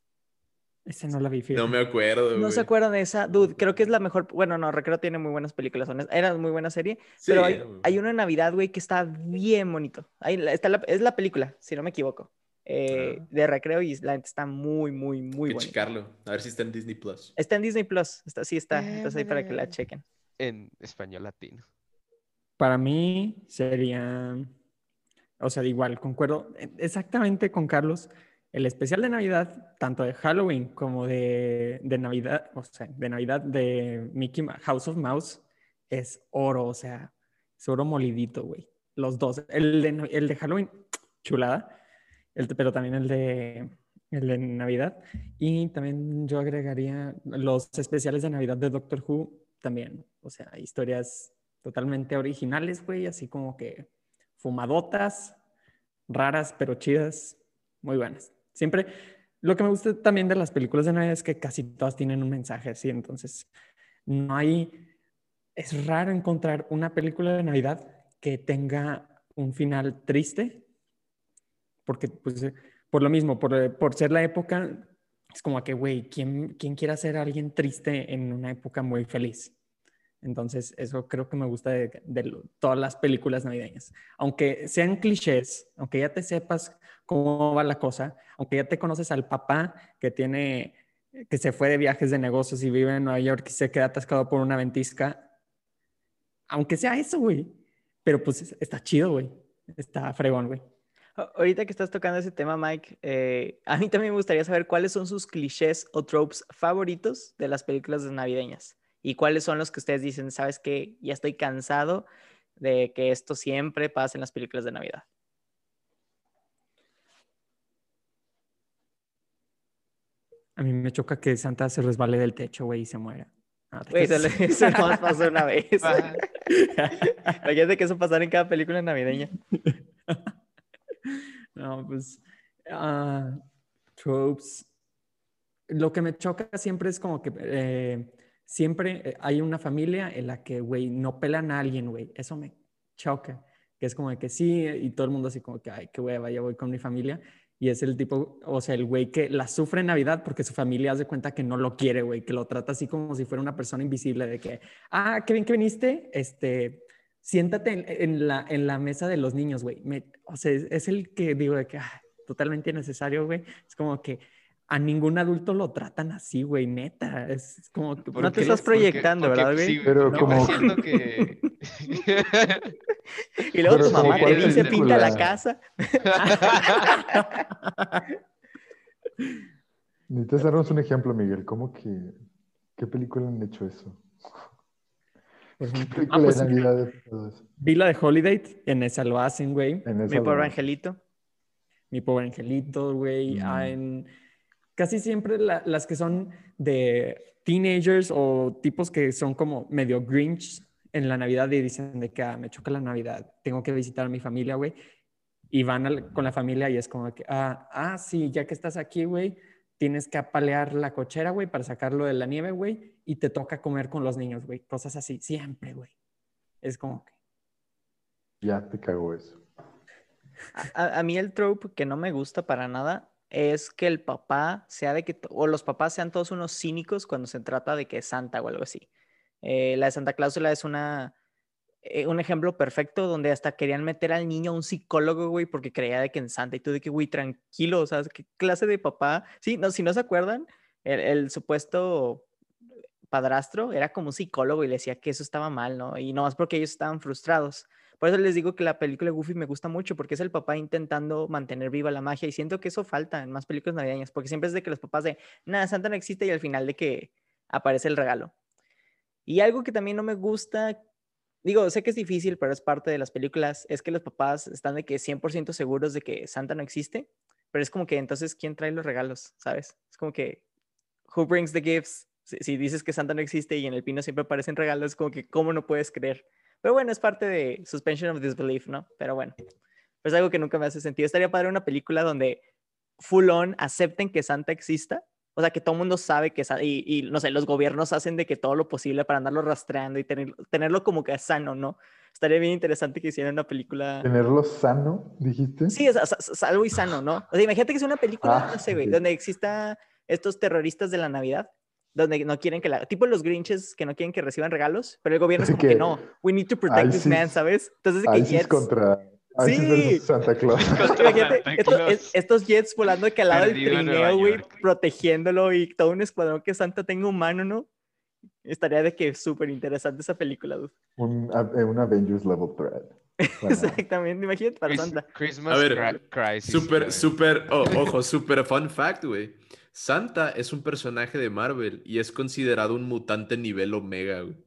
Ese no la vi, No fíjate. me acuerdo, ¿No se güey. acuerdan de esa? Dude, creo que es la mejor. Bueno, no, Recreo tiene muy buenas películas. honest- Era muy buena serie. Sí, Pero hay, era muy hay bueno. uno en Navidad, güey, que está bien bonito. Ahí la- está la- es la película, si no me equivoco. eh, Ah, de Recreo y la neta está muy, muy, muy que bonita. checarlo. A ver si está en Disney Plus. Está en Disney Plus. Está, sí está. Entonces ahí para que la Eminem. chequen. En español latino. Para mí sería, o sea, igual, concuerdo e- exactamente con Carlos. El especial de Navidad, tanto de Halloween como de, de Navidad, o sea, de Navidad de Mickey Ma- House of Mouse, es oro, o sea, es oro molidito, güey. Los dos. El de, Na- el de Halloween, chulada, el, de- pero también el de, el de Navidad. Y también yo agregaría los especiales de Navidad de Doctor Who, también, o sea, historias totalmente originales, güey, así como que fumadotas, raras pero chidas, muy buenas. Siempre, lo que me gusta también de las películas de Navidad es que casi todas tienen un mensaje así, entonces no hay, es raro encontrar una película de Navidad que tenga un final triste, porque pues eh, por lo mismo, por, eh, por ser la época, es como que, güey, ¿quién, ¿quién quiere hacer a alguien triste en una época muy feliz? Entonces, eso creo que me gusta de, de lo- todas las películas navideñas. Aunque sean clichés, aunque ya te sepas cómo va la cosa, aunque ya te conoces al papá que tiene, que se fue de viajes de negocios y vive en Nueva York y se queda atascado por una ventisca, aunque sea eso, güey. Pero pues está chido, güey. Está fregón, güey. A- Ahorita que estás tocando ese tema, Mike, eh, a mí también me gustaría saber cuáles son sus clichés o tropes favoritos de las películas navideñas y cuáles son los que ustedes dicen, sabes que ya estoy cansado de que esto siempre pasa en las películas de Navidad. A mí me choca que Santa se resbale del techo, güey, y se muera. No, te Güey, eso, creas. le- eso nomás pasó una vez. Ah, Imagínate que eso pasara en cada película navideña. No, pues, ah, tropes. Lo que me choca siempre es como que eh, siempre eh, hay una familia en la que, güey, no pelan a alguien, güey. Eso me choca. Que es como de que sí, y todo el mundo así como que, ay, qué hueva, ya voy con mi familia. Y es el tipo, o sea, el güey que la sufre en Navidad porque su familia hace cuenta que no lo quiere, güey, que lo trata así como si fuera una persona invisible, de que, ah, qué bien que viniste, este, siéntate en, en la, en la mesa de los niños, güey. Me- O sea, es, es el que digo de que, ah, totalmente innecesario, güey. Es como que a ningún adulto lo tratan así, güey, neta. Es, es como, que, ¿por No te ¿por qué? estás qué? Porque, proyectando, porque, ¿verdad, güey? sí, güey, Pero porque como- presiento que... Y luego Pero tu como mamá te cuál dice, pinta la película. casa. Necesitas darnos un ejemplo, Miguel. ¿Cómo que, qué película han hecho eso? Por ¿Qué ejemplo, ah, película de pues mira, Navidad ha pasado eso? vi la de Holiday, en esa lo hacen, güey. En Mi esa pobre lo hacen. angelito. Mi pobre angelito, güey. Ah, Mm. en- casi siempre la- las que son de teenagers o tipos que son como medio Grinch en la Navidad y dicen de que ah, me choca la Navidad, tengo que visitar a mi familia, güey. Y van al- con la familia y es como que, ah, ah, sí, ya que estás aquí, güey, tienes que apalear la cochera, güey, para sacarlo de la nieve, güey, y te toca comer con los niños, güey. Cosas así, siempre, güey. Es como que, Ya te cagó eso. A, a- a mí el trope que no me gusta para nada es que el papá sea de que, to- o los papás sean todos unos cínicos cuando se trata de que es Santa o algo así. Eh, la de Santa Cláusula es una, eh, un ejemplo perfecto donde hasta querían meter al niño a un psicólogo, güey, porque creía de que en Santa y tú de que, güey, tranquilo, o sea, ¿qué clase de papá? Sí, no, si no se acuerdan, el, el supuesto padrastro era como un psicólogo y le decía que eso estaba mal, ¿no? Y no más porque ellos estaban frustrados. Por eso les digo que la película de Goofy me gusta mucho, porque es el papá intentando mantener viva la magia y siento que eso falta en más películas navideñas, porque siempre es de que los papás de, nada, Santa no existe y al final de que aparece el regalo. Y algo que también no me gusta, digo, sé que es difícil, pero es parte de las películas, es que los papás están de que cien por ciento seguros de que Santa no existe, pero es como que entonces, ¿quién trae los regalos? ¿Sabes? Es como que, who brings the gifts? Si, si dices que Santa no existe y en el pino siempre aparecen regalos, es como que, ¿cómo no puedes creer? Pero bueno, es parte de suspension of disbelief, ¿no? Pero bueno, es algo que nunca me hace sentido. Estaría padre una película donde full on acepten que Santa exista. O sea, que todo el mundo sabe que Santa, y, y no sé, los gobiernos hacen de que todo lo posible para andarlo rastreando y tener, tenerlo como que sano, ¿no? Estaría bien interesante que hicieran una película. ¿Tenerlo sano, dijiste? Sí, es, es, es algo y sano, ¿no? O sea, imagínate que es una película, Ah, no sé, güey, ok. donde exista estos terroristas de la Navidad, donde no quieren que la, tipo los Grinches que no quieren que reciban regalos, pero el gobierno es como que, Que no, we need to protect this man, ISIS, ¿sabes? Entonces de que ISIS jets, contra ISIS versus sí, Santa Claus. Contra imagínate, Santa estos, es- Claus. estos jets volando de que al lado del Perdido en Nueva trineo, güey, York. protegiéndolo y todo un escuadrón que Santa tenga humano, ¿no? Estaría de que súper interesante esa película, dude. Un, a- eh, un Avengers level threat. Para- Exactamente, imagínate para Chris- Santa. A Christmas ver, cri- Crisis. súper, güey. súper, oh, ojo, súper fun fact, güey. Santa es un personaje de Marvel y es considerado un mutante nivel Omega, güey.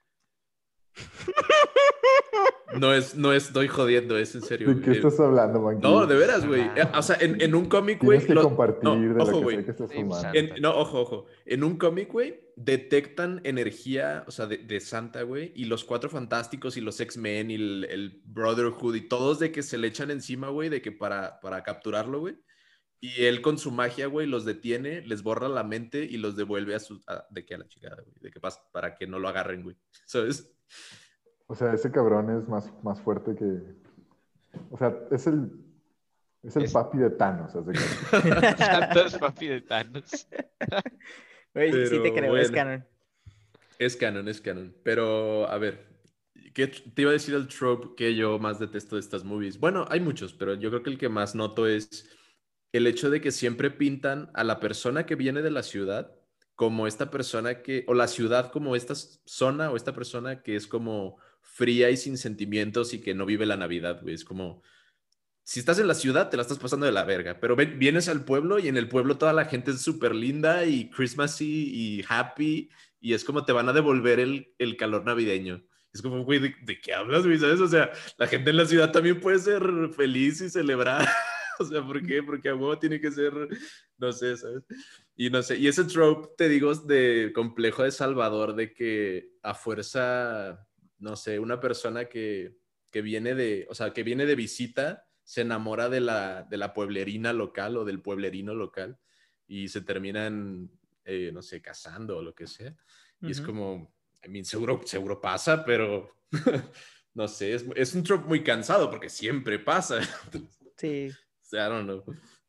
No es, no estoy jodiendo, es en serio, ¿De güey. qué estás hablando, Monkey? No, de veras, güey. Eh, O sea, en, en un cómic, güey. Tienes que lo- compartir No, de ojo, lo que güey. sea que estés Team fumando. Santa. En- no, ojo, ojo. En un cómic, güey, detectan energía, o sea, de, de Santa, güey, y los Cuatro Fantásticos y los X-Men y el, el Brotherhood y todos de que se le echan encima, güey, de que para, para capturarlo, güey. Y él con su magia, güey, los detiene, les borra la mente y los devuelve a su... a- de que a la chingada, güey. De que pasa para que no lo agarren, güey. ¿Sabes? O sea, ese cabrón es más, más fuerte que... O sea, es el, es el Es- papi de Thanos. haz de cuenta. Santa es papi de Thanos. Güey, sí te Pero creo, es bueno. canon. Es canon, es canon. Pero, a ver, ¿qué tr- te iba a decir el trope que yo más detesto de estas movies? Bueno, hay muchos, pero yo creo que el que más noto es el hecho de que siempre pintan a la persona que viene de la ciudad como esta persona que, o la ciudad como esta s- zona o esta persona que es como fría y sin sentimientos y que no vive la Navidad, güey. Es como, si estás en la ciudad, te la estás pasando de la verga, pero ven- vienes al pueblo y en el pueblo toda la gente es súper linda y Christmassy y happy y es como te van a devolver el, el calor navideño. Es como, güey, ¿de, de qué hablas, güey? ¿Sabes? O sea, la gente en la ciudad también puede ser feliz y celebrar. O sea, ¿por qué? Porque a huevo tiene que ser, no sé, ¿sabes? Y no sé, y ese trope, te digo, de complejo de Salvador, de que a fuerza, no sé, una persona que, que viene de, o sea, que viene de visita se enamora de la, de la pueblerina local o del pueblerino local y se terminan, eh, no sé, casando o lo que sea. Y es Ujú. como, I mean, seguro, seguro pasa, pero no sé, es, es un trope muy cansado porque siempre pasa. Sí. O sea, I don't know.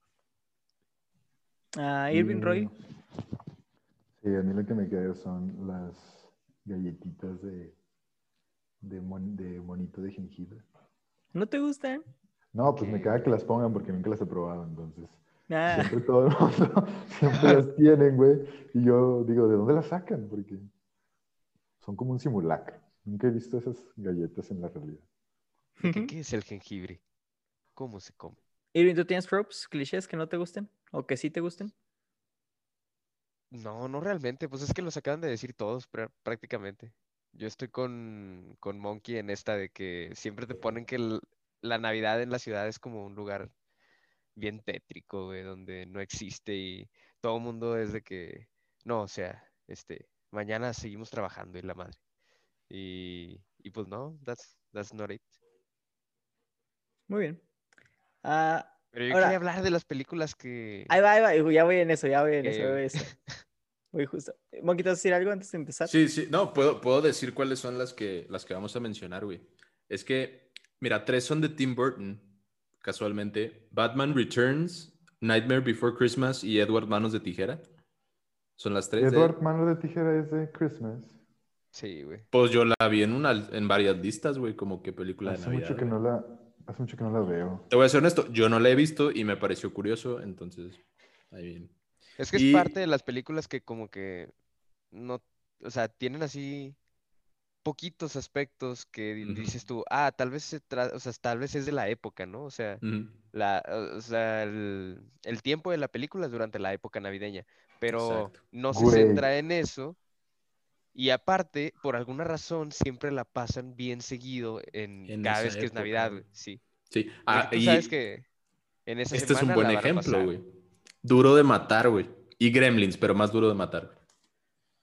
Ah, Irving Roy. Sí, a mí lo que me queda son las galletitas de, de, mon- de monito de jengibre. ¿No te gustan? No, pues me Ok, caga ok. que las pongan porque nunca las he probado, entonces. Ah, Siempre todo el mundo, siempre las tienen, güey. Y yo digo, ¿de dónde las sacan? Porque son como un simulacro. Nunca he visto esas galletas en la realidad. ¿De qué, qué es el jengibre? ¿Cómo se come? Irving, ¿tú tienes tropes, clichés que no te gusten? ¿O que sí te gusten? No, no realmente, pues es que los acaban de decir todos prá- prácticamente. Yo estoy con, con Monkey en esta de que siempre te ponen que el- la Navidad en la ciudad es como un lugar bien tétrico, güey, donde no existe y todo el mundo es de que, no, o sea, este, mañana seguimos trabajando y la madre. Y, y pues no, that's, that's not it. Muy bien. Ah, Pero yo quería ahora, hablar de las películas que, ahí va, ahí va. Ya voy en eso, ya voy en eso, ya voy que en eso. Voy justo. Monkey, ¿te vas a decir algo antes de empezar? Sí, sí, no, puedo, puedo decir cuáles son las que, las que vamos a mencionar, güey. Es que, mira, tres son de Tim Burton, casualmente. Batman Returns, Nightmare Before Christmas y Edward Manos de Tijera. Son las tres de él. Edward Mano de Tijera es de Christmas. sí, güey. Pues yo la vi en, una, en varias listas, güey, como que película de Hace Navidad. mucho que güey. no la, hace mucho que no la veo. Te voy a ser honesto, yo no la he visto y me pareció curioso, entonces, ahí bien. Es que es parte de Y, las películas que como que no, o sea, tienen así poquitos aspectos que di- ujú, dices tú, ah, tal vez se trata, o sea, tal vez es de la época, ¿no? O sea, ujú, la, o sea, el, el tiempo de la película es durante la época navideña, pero exacto. no se Güey, centra en eso y aparte, por alguna razón, siempre la pasan bien seguido en En cada esa vez que es época, Navidad, güey. güey, sí. Sí, Porque ah, tú sabes y que en esa este es un semana buen la van a ejemplo, pasar. güey. Duro de matar, güey. Y Gremlins, pero más duro de matar.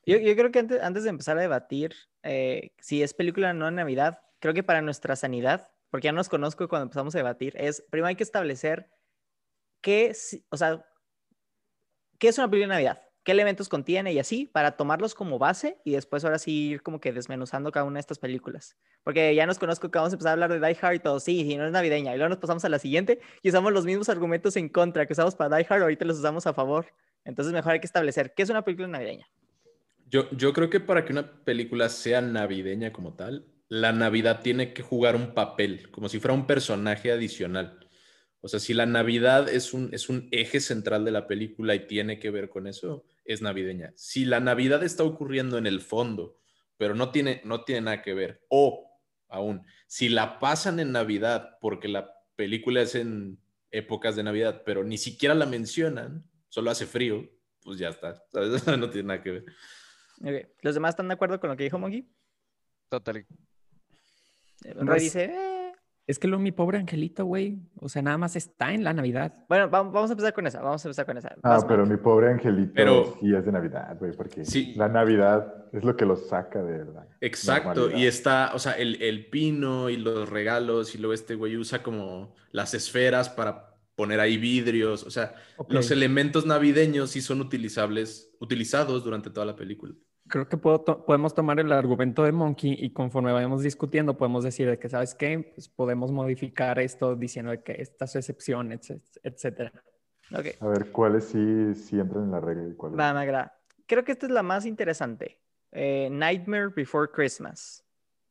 Yo, yo creo que antes, antes de empezar a debatir eh, si es película o no en Navidad, creo que para nuestra sanidad, porque ya nos conozco cuando empezamos a debatir, es primero hay que establecer qué, si- o sea, qué es una película de Navidad, qué elementos contiene y así, para tomarlos como base y después ahora sí ir como que desmenuzando cada una de estas películas. Porque ya nos conozco que vamos a empezar a hablar de Die Hard y todo, sí, sí, no es navideña. Y luego nos pasamos a la siguiente y usamos los mismos argumentos en contra que usamos para Die Hard, ahorita los usamos a favor. Entonces mejor hay que establecer qué es una película navideña. Yo, yo creo que para que una película sea navideña como tal, la Navidad tiene que jugar un papel, como si fuera un personaje adicional. O sea, si la Navidad es un, es un eje central de la película y tiene que ver con eso, es navideña. Si la Navidad está ocurriendo en el fondo, pero no tiene, no tiene nada que ver, o aún, si la pasan en Navidad porque la película es en épocas de Navidad, pero ni siquiera la mencionan, solo hace frío, pues ya está, ¿sabes? No tiene nada que ver. Okay. ¿Los demás están de acuerdo con lo que dijo Monkey? Total. Eh, No, Roy es, dice, eh. es que lo mi pobre angelito, güey. O sea, nada más está en la Navidad. Bueno, vamos, vamos a empezar con esa, vamos a empezar con esa. Ah, Vas, pero Mike. mi pobre angelito Pero- sí es de Navidad, güey, porque Sí. la Navidad es lo que los saca de la Exacto, normalidad. y está, o sea, el, el pino y los regalos, y luego este güey usa como las esferas para poner ahí vidrios, o sea, Ok. los elementos navideños sí son utilizables, utilizados durante toda la película. Creo que puedo to- podemos tomar el argumento de Monkey y conforme vayamos discutiendo podemos decir de que, ¿sabes qué? Pues podemos modificar esto diciendo de que esta es su excepción, etc- etcétera. Ok, A ver, ¿cuáles sí, sí entran en la regla y cuáles va, no? me agrada. Creo que esta es la más interesante. Eh, Nightmare Before Christmas,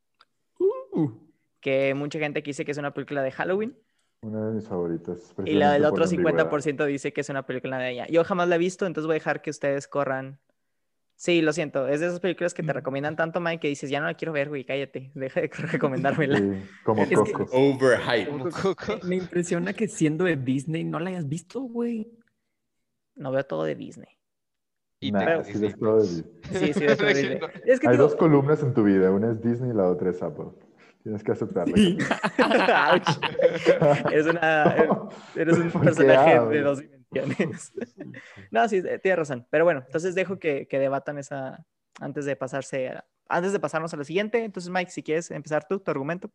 Uh, que mucha gente aquí dice que es una película de Halloween Una de mis favoritas, y la del precisamente por otro la cincuenta ambigüedad. por ciento dice que es una película navideña. Yo jamás la he visto, entonces voy a dejar que ustedes corran. Sí, lo siento, es de esas películas que te recomiendan tanto, Mike, que dices, ya no la quiero ver, güey, cállate, deja de recomendármela. Sí, como Es que- Coco. Overhype. Como Coco. me, me impresiona que siendo de Disney no la hayas visto, güey. No veo todo de Disney. Y Nah, tengo sí Disney ves todo de Plus. Disney. Sí, sí, veo todo de Disney. Es que Hay digo, dos columnas en tu vida, una es Disney y la otra es Apple. Tienes que aceptarla. Sí. ouch. Eres, una, eres un ¿Por qué? personaje Ah, de güey. dos dimensiones. No, sí, eh, tienes razón. Pero bueno, entonces dejo que, que debatan esa antes de pasarse a- antes de pasarnos a la siguiente. Entonces, Mike, si quieres empezar tú, tu argumento.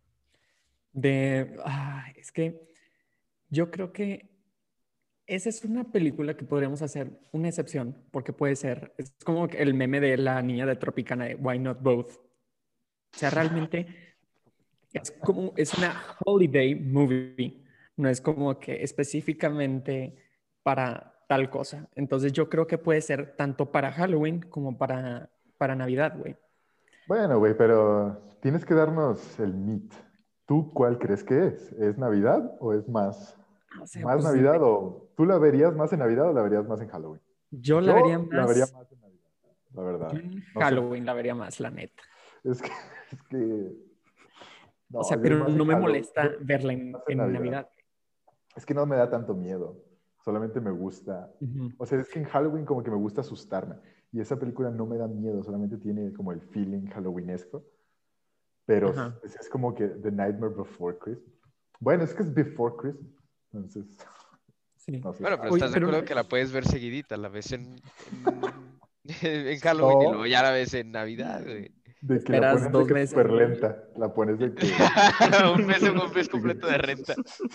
De, ah, es que yo creo que esa es una película que podríamos hacer una excepción, porque puede ser, es como que el meme de la niña de Tropicana de Why Not Both. O sea, realmente es como, es una holiday movie, no es como que específicamente para tal cosa. Entonces yo creo que puede ser tanto para Halloween como para, para Navidad, güey. Bueno, güey, pero tienes que darnos el meat. ¿Tú cuál crees que es? ¿Es Navidad o es más? O sea, ¿Más pues, Navidad o tú la verías más en Navidad o la verías más en Halloween? yo la Yo vería la vería más, más en Navidad, la verdad. yo en No sé. Halloween la vería más, la neta. Es que, es que, no, O sea, yo pero más en no me Halloween. molesta Yo verla en, más en en Navidad. Navidad. Es que no me da tanto miedo, solamente me gusta. Ujú. O sea, es que en Halloween como que me gusta asustarme. Y esa película no me da miedo, solamente tiene como el feeling halloweenesco. Pero Ajá. es, es como que The Nightmare Before Christmas. Bueno, es que es Before Christmas. Entonces, Sí. no sé. Bueno, pero Oye, estás de pero- acuerdo que la puedes ver seguidita, la ves en, en, en Halloween y No. luego ya la ves en Navidad, güey. De que la Esperas pones dos de que meses, súper güey. lenta. La pones de que... un mes, un mes completo de renta.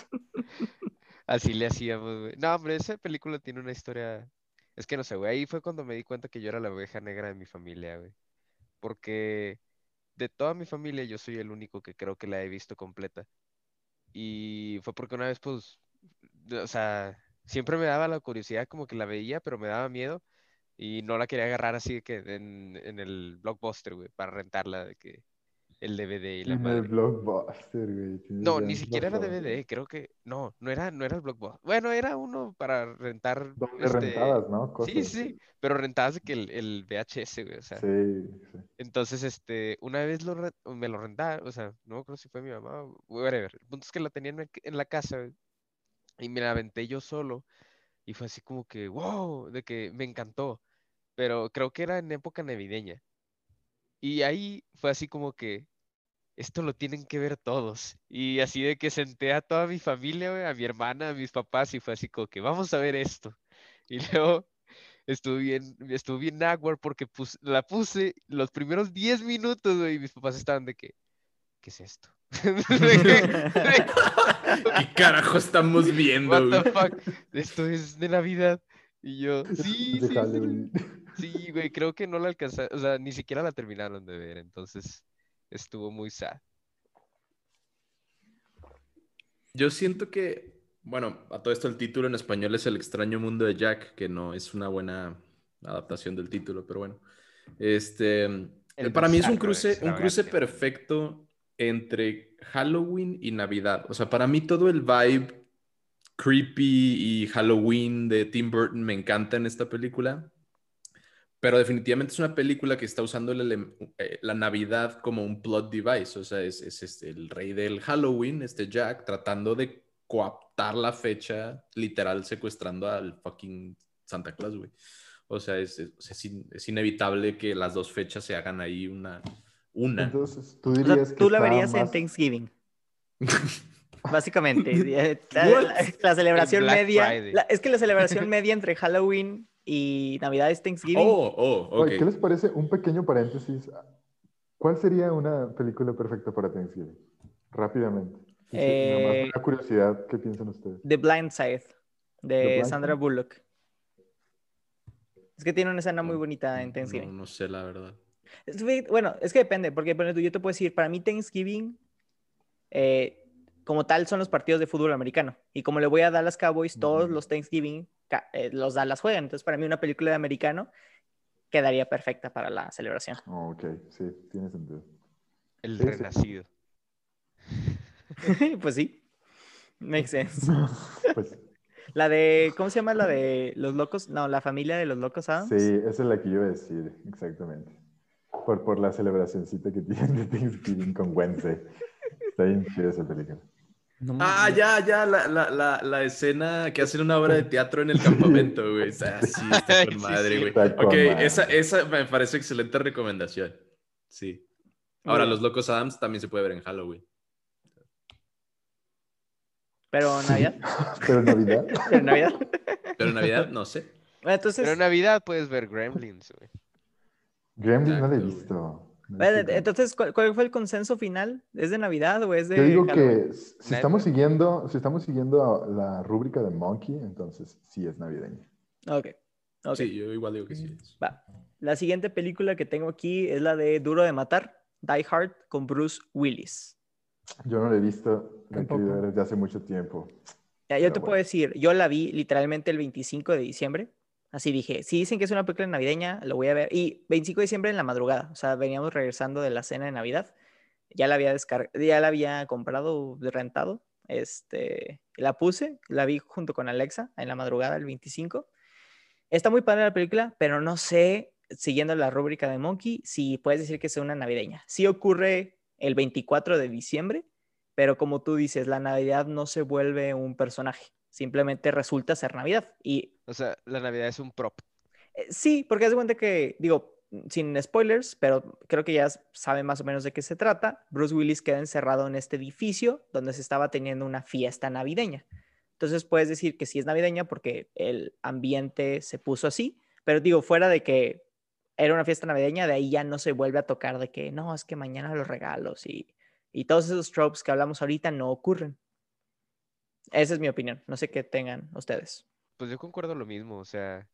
Así le hacíamos, güey. No, hombre, esa película tiene una historia. Es que no sé, güey. Ahí fue cuando me di cuenta que yo era la oveja negra de mi familia, güey. Porque de toda mi familia yo soy el único que creo que la he visto completa. Y fue porque una vez, pues, de- o sea, siempre me daba la curiosidad, como que la veía, pero me daba miedo. Y no la quería agarrar así de que en, en el Blockbuster, güey, para rentarla, de que el D V D y la En el madre. Blockbuster, güey. tienes No, ni gran siquiera era razón. D V D, creo que, no, no era, no era el Blockbuster. Bueno, era uno para rentar, Donde este, rentabas, ¿no? sí, Cosas. sí, pero rentabas de que el, el V H S, güey, o sea. Sí, sí. Entonces, este, una vez lo re- me lo rentaba, o sea, no me acuerdo si fue mi mamá o whatever. El punto es que la tenía en, la- en la casa, güey, y me la aventé yo solo, y fue así como que, wow, de que me encantó, pero creo que era en época navideña. Y ahí fue así como que, esto lo tienen que ver todos. Y así de que senté a toda mi familia, güey, a mi hermana, a mis papás, y fue así como que vamos a ver esto. Y luego estuvo bien, estuvo bien awkward porque pus- la puse los primeros diez minutos, güey, y mis papás estaban de que, ¿qué es esto? De que- de ¿Qué carajo estamos What viendo, the güey? fuck, esto es de Navidad. Y yo, sí, De sí, es de Navidad. Halloween. Sí, güey, creo que no la alcanzaron, o sea, ni siquiera la terminaron de ver, entonces estuvo muy sad. Yo siento que, bueno, a todo esto el título en español es El extraño mundo de Jack, que no es una buena adaptación del título, pero bueno. Este, eh, El para mí es un bizarro, cruce, un cruce extravagante. perfecto entre Halloween y Navidad. O sea, para mí todo el vibe creepy y Halloween de Tim Burton me encanta en esta película. Pero definitivamente es una película que está usando el ele- eh, la Navidad como un plot device. O sea, es, es este, el rey del Halloween, este Jack, tratando de coaptar la fecha, literal secuestrando al fucking Santa Claus, güey. O sea, es, es, es in- es inevitable que las dos fechas se hagan ahí una. Una. Entonces, ¿tú O sea, dirías que tú la está verías en más... Thanksgiving, básicamente. Eh, La, What? la- la En celebración Black media, Friday. la- es que la celebración media entre Halloween y Navidad es Thanksgiving. Oh, oh, ok. Oye, ¿qué les parece? Un pequeño paréntesis. ¿Cuál sería una película perfecta para Thanksgiving? Rápidamente. Es que nada más me Eh, da curiosidad qué piensan ustedes. The Blind Side, ¿The de Blind Sandra Side? Bullock. Es que tiene una escena muy No, bonita en no, Thanksgiving. no sé la verdad. Es que, bueno, es que depende, porque por ejemplo, yo te puedo decir, para mí Thanksgiving, eh, como tal, son los partidos de fútbol americano. Y como le voy a Dallas Cowboys, todos Ujú. los Thanksgiving, ca- eh, los Dallas juegan. Entonces, para mí una película de americano quedaría perfecta para la celebración. Oh, ok, sí, tiene sentido. El Sí, sí. renacido. Pues sí, makes sense. Pues La de, ¿cómo se llama la de los locos? No, la familia de los locos sí, Adams. esa es la que yo iba a decir, exactamente. Por, por la celebracioncita que tienen de Thanksgiving con Wednesday. Está bien chida esa película. No, Ah, no- ya, ya, la, la, la, la escena que hacen una obra de teatro en el campamento, güey. Ah, sí, está con Sí, madre, güey. cierto. Está Ok, con esa, madre. esa me parece excelente recomendación. Sí. Muy Ahora, bien. Los Locos Adams también se puede ver en Halloween. Pero Sí, Navidad. pero Navidad. Pero Navidad. Pero en Navidad, no sé. Bueno, Pero en entonces, Navidad puedes ver Gremlins, güey. Gremlins no la he Exacto, güey. visto. No he bueno, visto Gremlins. entonces, ¿cuál, cuál fue el consenso final? ¿Es de Navidad o es Yo de digo Halloween? que s- si estamos Nightmare. siguiendo, si estamos siguiendo la rúbrica de Monkey, entonces sí es navideña. Ok, ok. Sí, yo igual digo que sí es. Va. La siguiente película que tengo aquí es la de Duro de Matar, Die Hard, con Bruce Willis. Yo no la he visto, la he querido Tampoco. ver desde hace mucho tiempo. Ya, yo Pero te puedo bueno. decir, yo la vi literalmente el veinticinco de diciembre. Así dije, si dicen que es una película navideña, lo voy a ver. Y veinticinco de diciembre en la madrugada, o sea, veníamos regresando de la cena de Navidad. Ya la había descargado, ya la había comprado, rentado. Este, la puse, la vi junto con Alexa en la madrugada el veinticinco. Está muy padre la película, pero no sé, siguiendo la rúbrica de Monkey, si puedes decir que es una navideña. Sí ocurre el veinticuatro de diciembre, pero como tú dices, la Navidad no se vuelve un personaje, simplemente resulta ser Navidad. Y O sea, la Navidad es un prop. eh, sí, porque haz de cuenta que, digo, sin spoilers, pero creo que ya saben más o menos de qué se trata. Bruce Willis queda encerrado en este edificio donde se estaba teniendo una fiesta navideña. Entonces puedes decir que sí es navideña porque el ambiente se puso así, pero digo, fuera de que era una fiesta navideña, de ahí ya no se vuelve a tocar de que no, es que mañana los regalos y, y todos esos tropes que hablamos ahorita no ocurren. Esa es mi opinión. No sé qué tengan ustedes. Pues yo concuerdo lo mismo, o sea,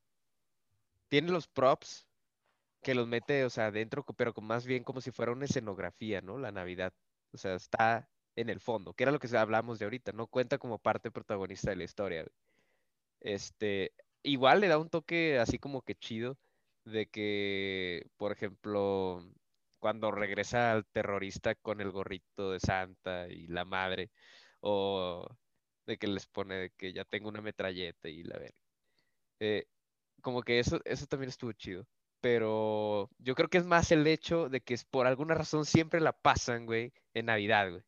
tiene los props que los mete, o sea, dentro, co- pero con más bien como si fuera una escenografía, ¿no? La Navidad. O sea, está en el fondo, que era lo que hablamos de ahorita, no cuenta como parte protagonista de la historia, güey. Este, igual le da un toque así como que chido de que, por ejemplo, cuando regresa al terrorista con el gorrito de Santa y la madre, o de que les pone de que ya tengo una metralleta y la verga. Eh, como que eso, eso también estuvo chido. Pero yo creo que es más el hecho de que es por alguna razón siempre la pasan, güey, en Navidad, güey.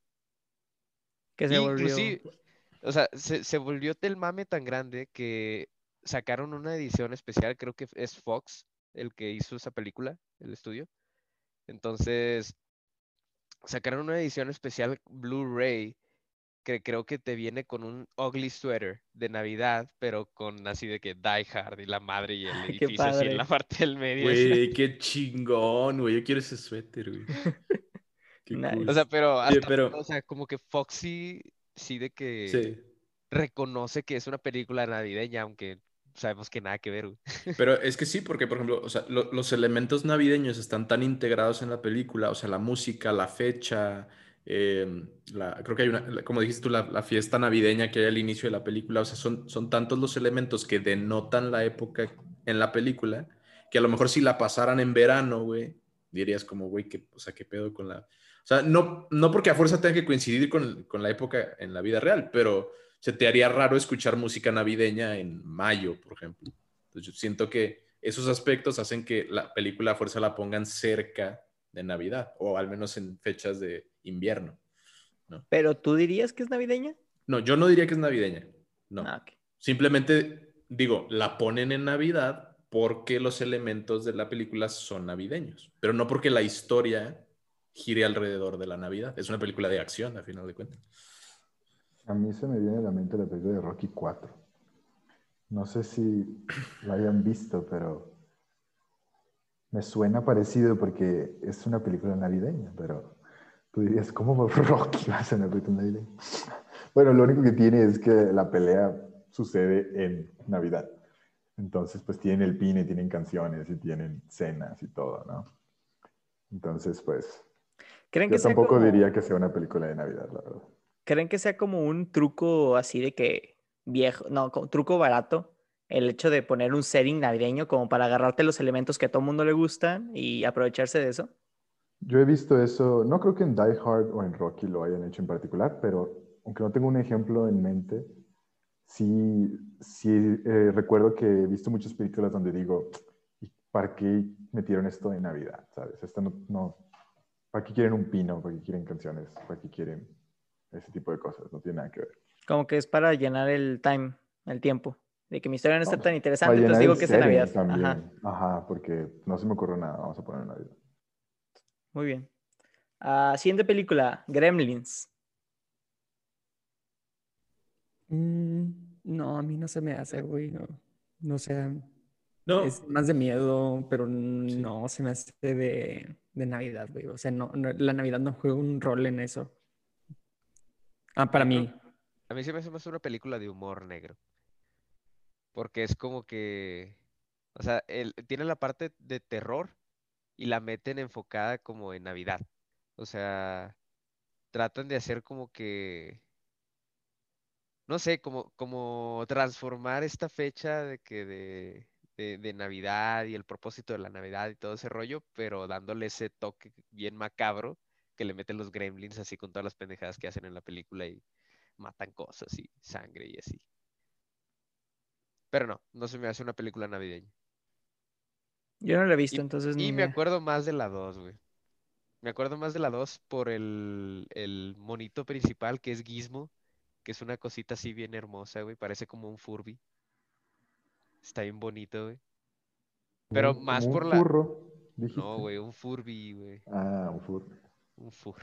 Que se Y volvió... inclusive, o sea, se, se volvió el mame tan grande que sacaron una edición especial, creo que es Fox el que hizo esa película, el estudio. Entonces, sacaron una edición especial Blu-ray que creo que te viene con un ugly sweater de Navidad, pero con así de que Die Hard y la madre y el Ay, qué edificio así en la padre. parte del medio. Güey, qué chingón, güey. Yo quiero ese suéter, güey. Qué O sea, Nice. cool. pero Oye, hasta, pero, o sea, como que Foxy sí de que sí. reconoce que es una película navideña, aunque sabemos que nada que ver, güey. Pero es que sí, porque por ejemplo, o sea, lo- los elementos navideños están tan integrados en la película, o sea, la música, la fecha, eh, la, creo que hay una, la- como dijiste tú, la, la fiesta navideña que hay al inicio de la película, o sea, son, son tantos los elementos que denotan la época en la película, que a lo mejor si la pasaran en verano, güey, dirías como, güey, qué, o sea, qué pedo con la... O sea, no, no porque a fuerza tenga que coincidir con, con la época en la vida real, pero se te haría raro escuchar música navideña en mayo, por ejemplo. Entonces, yo siento que esos aspectos hacen que la película a fuerza la pongan cerca de Navidad, o al menos en fechas de invierno, ¿no? ¿Pero tú dirías que es navideña? No, yo no diría que es navideña, no. Ah, ok. Simplemente digo, la ponen en Navidad porque los elementos de la película son navideños, pero no porque la historia gire alrededor de la Navidad. Es una película de acción, a final de cuentas. A mí se me viene a la mente la película de Rocky cuatro. No sé si la hayan visto, pero me suena parecido porque es una película navideña, pero tú dirías, ¿cómo Rocky va a ser una película navideña? Bueno, lo único que tiene es que la pelea sucede en Navidad. Entonces, pues tienen el pine, tienen canciones y tienen cenas y todo, ¿no? Entonces, pues, ¿Creen que yo sea tampoco como, diría que sea una película de Navidad, la verdad. ¿creen que sea como un truco así de que viejo, no, como truco barato, el hecho de poner un setting navideño como para agarrarte los elementos que a todo mundo le gustan y aprovecharse de eso? Yo he visto eso, no creo que en Die Hard o en Rocky lo hayan hecho en particular, pero aunque no tengo un ejemplo en mente, sí, sí eh, recuerdo que he visto muchas películas donde digo, ¿y para qué metieron esto en Navidad? ¿Sabes? Esto no, no, ¿para qué quieren un pino? ¿Para qué quieren canciones? ¿Para qué quieren ese tipo de cosas? No tiene nada que ver. Como que es para llenar el time, el tiempo, de que mi historia no está Vamos, tan para interesante, entonces llenar el digo que es de Navidad. setting Ajá, también. Ajá, porque no se me ocurre nada. Vamos a poner Navidad. muy bien. Ah, siguiente película, Gremlins. Mm, no, a mí no se me hace, güey. No, no sé. No, Es más de miedo, pero sí. no se me hace de, de Navidad, güey. O sea, no, no- la Navidad no juega un rol en eso. Ah, para Yo creo, mí. a mí se me hace más una película de humor negro, porque es como que, o sea, el, tiene la parte de terror y la meten enfocada como en Navidad. O sea, tratan de hacer como que, no sé, como, como transformar esta fecha de que de, de, de Navidad y el propósito de la Navidad y todo ese rollo, pero dándole ese toque bien macabro que le meten los gremlins así con todas las pendejadas que hacen en la película y matan cosas y sangre y así. Pero no, no se me hace una película navideña. Yo no la he visto, Y, entonces ni y me idea. acuerdo más de la dos, güey. Me acuerdo más de la dos por el, el monito principal que es Gizmo, que es una cosita así bien hermosa, güey. Parece como un Furby. Está bien bonito, güey. Como Pero un, más como un por la... furro, No, dijiste. güey, un Furby, güey. Ah, un furro. Un fur.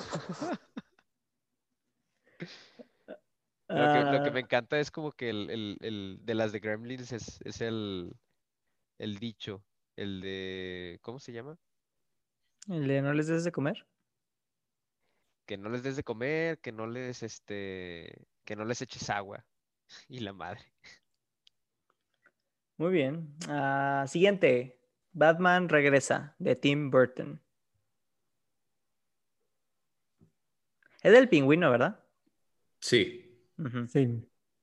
Lo que, lo que me Ah, encanta es como que el, el, el de las de Gremlins es, es el, el dicho. El de... ¿Cómo se llama? ¿el de no les des de comer? Que no les des de comer, que no les, este... que no les eches agua. Y la madre. Muy bien. Ah, siguiente, Batman regresa, de Tim Burton. Es del pingüino, ¿verdad? Sí. Ujú. Sí.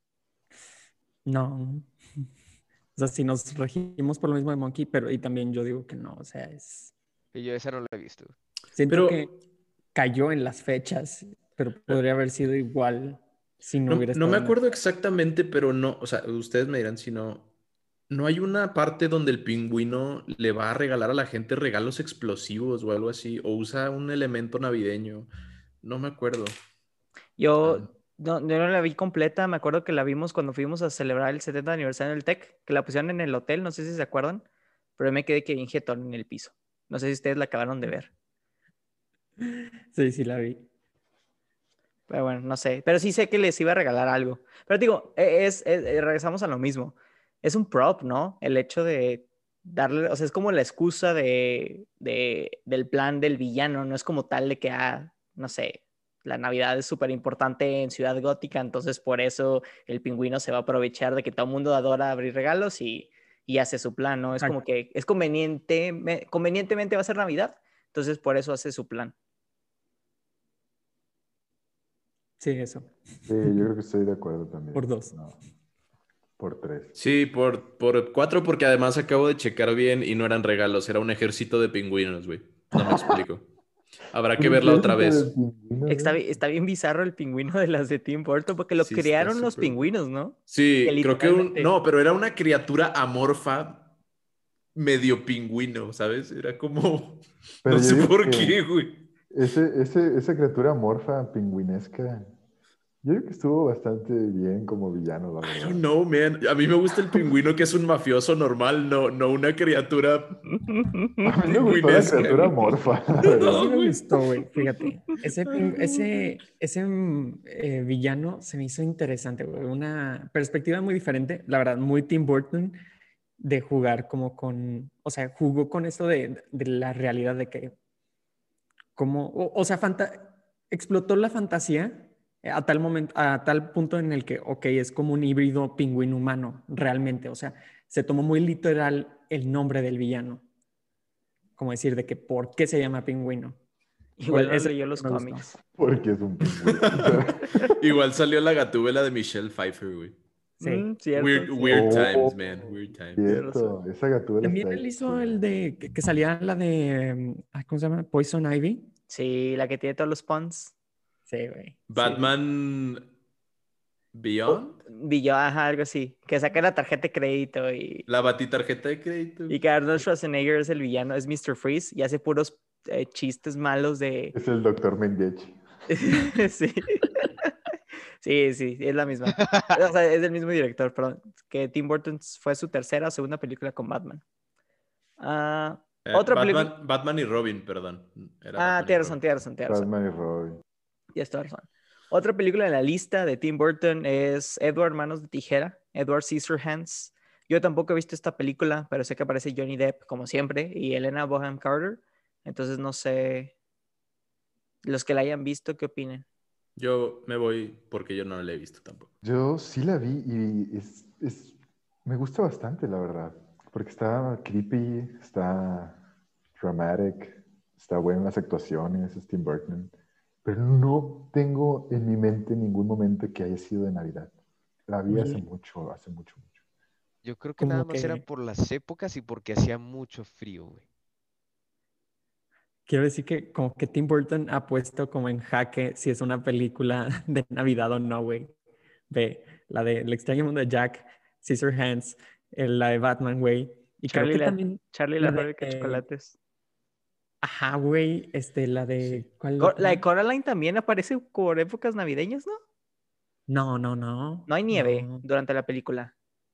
No. O sea, si nos regimos por lo mismo de Monkey, pero y también yo digo que no. O sea, es. Y yo esa no la he visto. Siento Pero que cayó en las fechas, pero podría haber sido igual si no no, hubiera no estado me en acuerdo Navidad. exactamente, pero no, o sea, ustedes me dirán si no, no hay una parte donde el pingüino le va a regalar a la gente regalos explosivos o algo así, o usa un elemento navideño, no me acuerdo. Yo Ah, no, yo no la vi completa, me acuerdo que la vimos cuando fuimos a celebrar el setenta aniversario del TEC, que la pusieron en el hotel, no sé si se acuerdan, pero yo me quedé que bien jetón en el piso. No sé si ustedes la acabaron de ver. Sí, sí la vi. Pero bueno, no sé. Pero sí sé que les iba a regalar algo. Pero digo, e- es, es- eh, regresamos a lo mismo. Es un prop, ¿no? El hecho de darle, o sea, es como la excusa de, de- del plan del villano. No es como tal de que, ah, no sé, la Navidad es súper importante en Ciudad Gótica, entonces por eso el pingüino se va a aprovechar de que todo el mundo adora abrir regalos y, y hace su plan, ¿no? Es como Exacto. que es conveniente, me- convenientemente va a ser Navidad, entonces por eso hace su plan. Sí, eso. Sí, yo creo que estoy de acuerdo también. Por dos. No, por tres. Sí, por, por cuatro, porque además acabo de checar bien y no eran regalos, era un ejército de pingüinos, güey. No me explico. Habrá que Un verla otra ejército de vez. pingüinos, Está, ¿eh? bi- está bien bizarro el pingüino de las de Tim Burton porque lo Sí, está crearon los súper. pingüinos, ¿no? Que Sí, creo que un. literalmente. No, pero era una criatura amorfa, medio pingüino, ¿sabes? Era como. Pero No yo sé digo por que qué, güey. ese, ese, esa criatura morfa pingüinesca, yo creo que estuvo bastante bien como villano, la I verdad. don't know, man. A mí me gusta el pingüino que es un mafioso normal, no, no una criatura A mí me gustó la pingüinesca. criatura morfa, la A mí verdad. sí No, me güey. gustó, güey, fíjate. Ese, ping- ese, ese mm, eh, villano se me hizo interesante, güey. Una perspectiva muy diferente, la verdad, muy Tim Burton de jugar como con, o sea, jugó con esto de, de la realidad de que, como, o, o sea, fanta- explotó la fantasía eh, a tal momento, a tal punto en el que, ok, es como un híbrido pingüino humano, realmente. O sea, se tomó muy literal el nombre del villano. Como decir, de que por qué se llama pingüino. Por Igual no ese leyó los me gustó. cómics. Porque es un pingüino. O sea, Igual salió la gatúbela de Michelle Pfeiffer, güey. Sí. Mm, cierto, Weird, cierto. weird times, oh, man. Weird times. Tienes razón. cierto, esa gatúbela También está él hizo chida. el de que, que salía la de, mm, ay, ¿cómo se llama? Poison Ivy. Sí, la que tiene todos los puns. Sí, güey. Sí. Batman Oh, Beyond. Billo, ajá, algo así. Que saca la tarjeta de crédito y, La batitarjeta de crédito. y que Arnold Schwarzenegger es el villano, es míster Freeze y hace puros eh, chistes malos de. Es el doctor Mengele. Sí. Sí, sí, es la misma. O sea, es el mismo director, perdón. Que Tim Burton fue su tercera o segunda película con Batman. Ah, Eh, otra película. Batman, Batman y Robin, perdón. Era Ah, Batman y tienes razón, Robin. tienes razón, tienes razón. Batman y Robin. Tienes toda razón. Otra película en la lista de Tim Burton es Edward Manos de Tijera, Edward Scissorhands. Yo tampoco he visto esta película, pero sé que aparece Johnny Depp, como siempre, y Helena Bonham Carter. Entonces no sé, los que la hayan visto, ¿qué opinen? Yo me voy porque yo no la he visto tampoco. Yo sí la vi y es, es- me gusta bastante, la verdad. Porque está creepy, está dramatic, está bueno en las actuaciones, es Tim Burton. Pero no tengo en mi mente ningún momento que haya sido de Navidad. La vi hace Oye. mucho, hace mucho, mucho. Yo creo que Como nada más era que- por las épocas y porque hacía mucho frío, güey. Quiero decir que como que Tim Burton ha puesto como en jaque si es una película de Navidad o no, güey. Ve, la de El extraño mundo de Jack, Scissorhands, el- la de Batman, güey. Y Charlie, creo que la, también Charlie la la de, fábrica de chocolates. ajá, güey, este, la de, Sí. ¿cuál Co- La de otra? Coraline también aparece por épocas navideñas, ¿no? No, no, no. No hay nieve No, durante la película.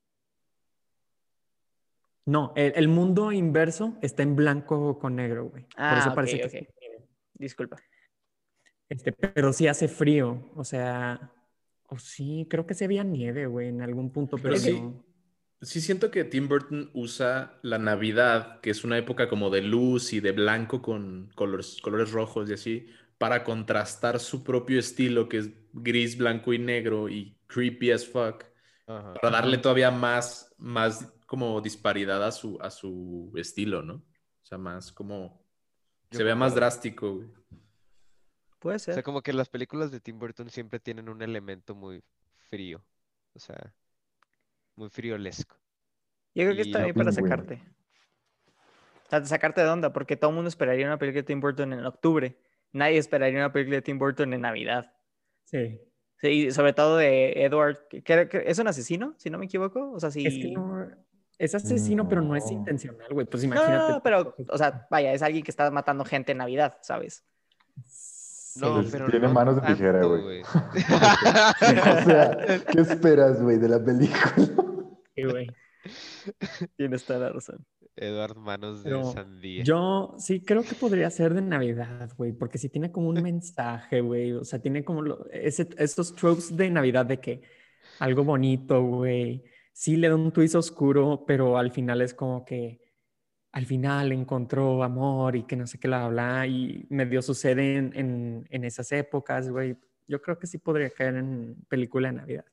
no, el, el mundo inverso está en blanco con negro, güey. Por Ah, eso ok, parece que ok. sí. Disculpa. Este, pero sí hace frío, o sea, o sí, creo que se veía nieve, güey, en algún punto, Pero pero Es que- sí, sí siento que Tim Burton usa la Navidad, que es una época como de luz y de blanco con colores, colores rojos y así, para contrastar su propio estilo, que es gris, blanco y negro y creepy as fuck, Ajá. para darle Ajá. todavía más, más como disparidad a su, a su estilo, ¿no? O sea, más como... Yo Se vea más concuerdo. drástico, güey. Puede O sea, ser. como que las películas de Tim Burton siempre tienen un elemento muy frío. O sea, muy friolesco. Yo creo que Y está lo bien para pingüino. sacarte. O sea, de sacarte de onda, porque todo el mundo esperaría una película de Tim Burton en octubre. Nadie esperaría una película de Tim Burton en Navidad. Sí. Sí, sobre todo de Edward, que, que- que es un asesino, si no me equivoco. O sea, sí. Es que no, es asesino, pero no es No. intencional, güey. Pues No, imagínate. no, pero, o sea, vaya, es alguien que está matando gente en Navidad, ¿sabes? No, Sí. pero Tiene no manos de tijera, tanto, güey. güey. O sea, ¿qué esperas, güey, de la película? Sí, güey. Tienes toda la razón. Edward Manos de Pero Sandía. yo sí creo que podría ser de Navidad, güey, porque sí tiene como un mensaje, güey. O sea, tiene como lo- ese, esos tropes de Navidad de que algo bonito, güey. Sí le da un twist oscuro, pero al final es como que al final encontró amor y que no sé qué, la bla, y medio sucede en, en, en esas épocas, güey. Yo creo que sí podría caer en película de Navidad.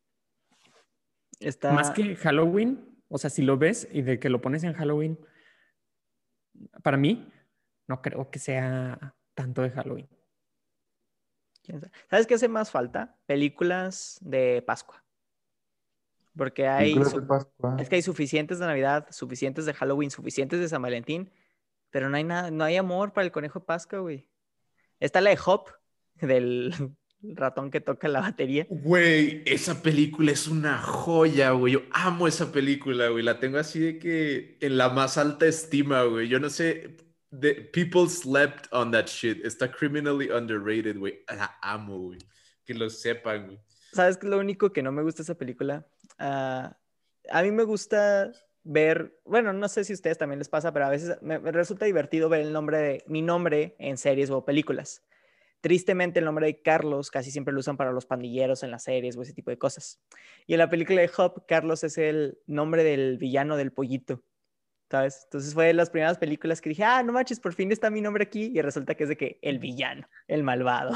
Más Está, que Halloween, o sea, si lo ves y de que lo pones en Halloween, para mí, no creo que sea tanto de Halloween. ¿quién sabe? ¿Sabes qué hace más falta? Películas de Pascua. Porque hay, Películas de su- Pascua. es que hay suficientes de Navidad, suficientes de Halloween, suficientes de San Valentín, pero no hay nada, no hay amor para el conejo de Pascua, güey. Está la de Hop, del ratón que toca la batería. Güey, esa película es una joya, güey. Yo amo esa película, güey. La tengo así de que en la más alta estima, güey. Yo no sé. The people slept on that shit. Está criminally underrated, güey. La amo, güey. Que lo sepan, güey. ¿Sabes qué es lo único que no me gusta de esa película? Ah, a mí me gusta ver, bueno, no sé si a ustedes también les pasa, pero a veces me, me resulta divertido ver el nombre de mi nombre en series o películas. Tristemente, el nombre de Carlos casi siempre lo usan para los pandilleros en las series o ese tipo de cosas. Y en la película de Hop, Carlos es el nombre del villano del pollito, ¿sabes? Entonces fue de las primeras películas que dije, ah, no manches, por fin está mi nombre aquí. Y resulta que es de que el villano, el malvado.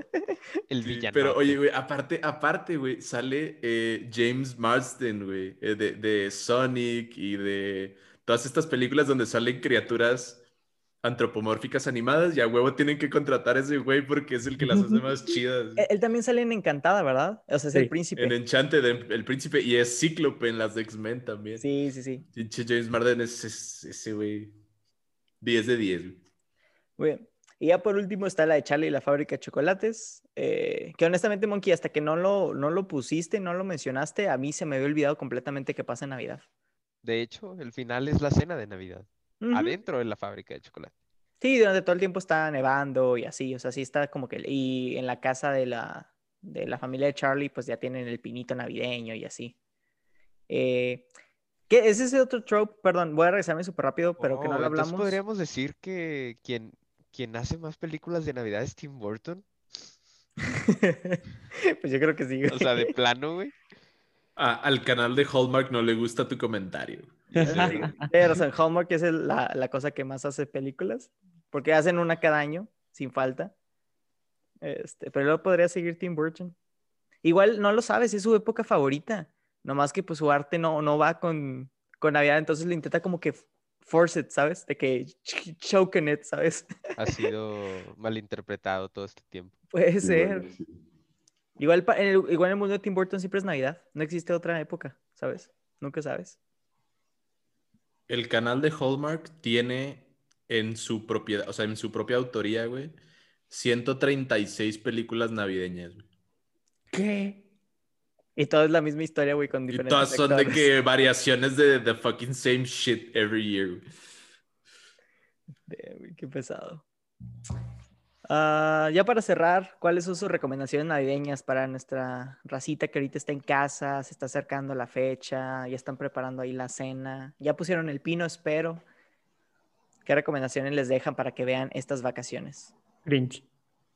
El Sí, pero oye, villanote. güey, aparte, aparte, güey, sale eh, James Marsden, güey, eh, de, de Sonic y de todas estas películas donde salen criaturas antropomórficas animadas y a huevo tienen que contratar a ese güey porque es el que las hace más chidas. Él, él también sale en Encantada, ¿verdad? O sea, es el Sí. En príncipe. Enchanted, en- el príncipe, y es Cíclope en las de X-Men también. Sí, sí, sí. Pinche James Marsden es, es- ese güey, diez de diez, güey. Muy bien. Y ya por último está la de Charlie y la fábrica de chocolates, eh, que honestamente, Monkey, hasta que no lo, no lo pusiste, no lo mencionaste, a mí se me había olvidado completamente que pasa en Navidad. De hecho, el final es la cena de Navidad. Ujú. Adentro de la fábrica de chocolate. Sí, durante todo el tiempo está nevando y así, o sea, sí está como que... Y en la casa de la, de la familia de Charlie, pues ya tienen el pinito navideño y así. Eh, ¿qué es ese otro trope? Perdón, voy a regresarme súper rápido, pero que no Oh, lo entonces hablamos. podríamos decir que quien, quien hace más películas de Navidad es Tim Burton. Pues yo creo que sí, O sea, de güey. plano, güey. Ah, al canal de Hallmark no le gusta tu comentario. Ya Sí, veo. tienes razón, Hallmark es el- la, la cosa que más hace películas, porque hacen una cada año, sin falta. Este, pero luego podría seguir Tim Burton. Igual no lo sabes, es su época favorita. Nomás que pues su arte no, no va con, con Navidad, entonces le intenta como que force it, ¿sabes? De que ch- choken it, ¿sabes? Ha sido malinterpretado todo este tiempo. Puede Igual, ser. sí. Igual, pa- en el, igual en el mundo de Tim Burton siempre es Navidad. No existe otra época, ¿sabes? Nunca sabes. El canal de Hallmark tiene en su propiedad, o sea, en su propia autoría, güey, ciento treinta y seis películas navideñas, güey. ¿Qué? Y todo es la misma historia, güey, con Y diferentes todas son de actores. que variaciones de the fucking same shit every year, güey. De, güey, qué pesado. Ah, ya para cerrar, ¿cuáles son sus recomendaciones navideñas para nuestra racita que ahorita está en casa, se está acercando la fecha, ya están preparando ahí la cena, ya pusieron el pino, espero? ¿Qué recomendaciones les dejan para que vean estas vacaciones? Grinch.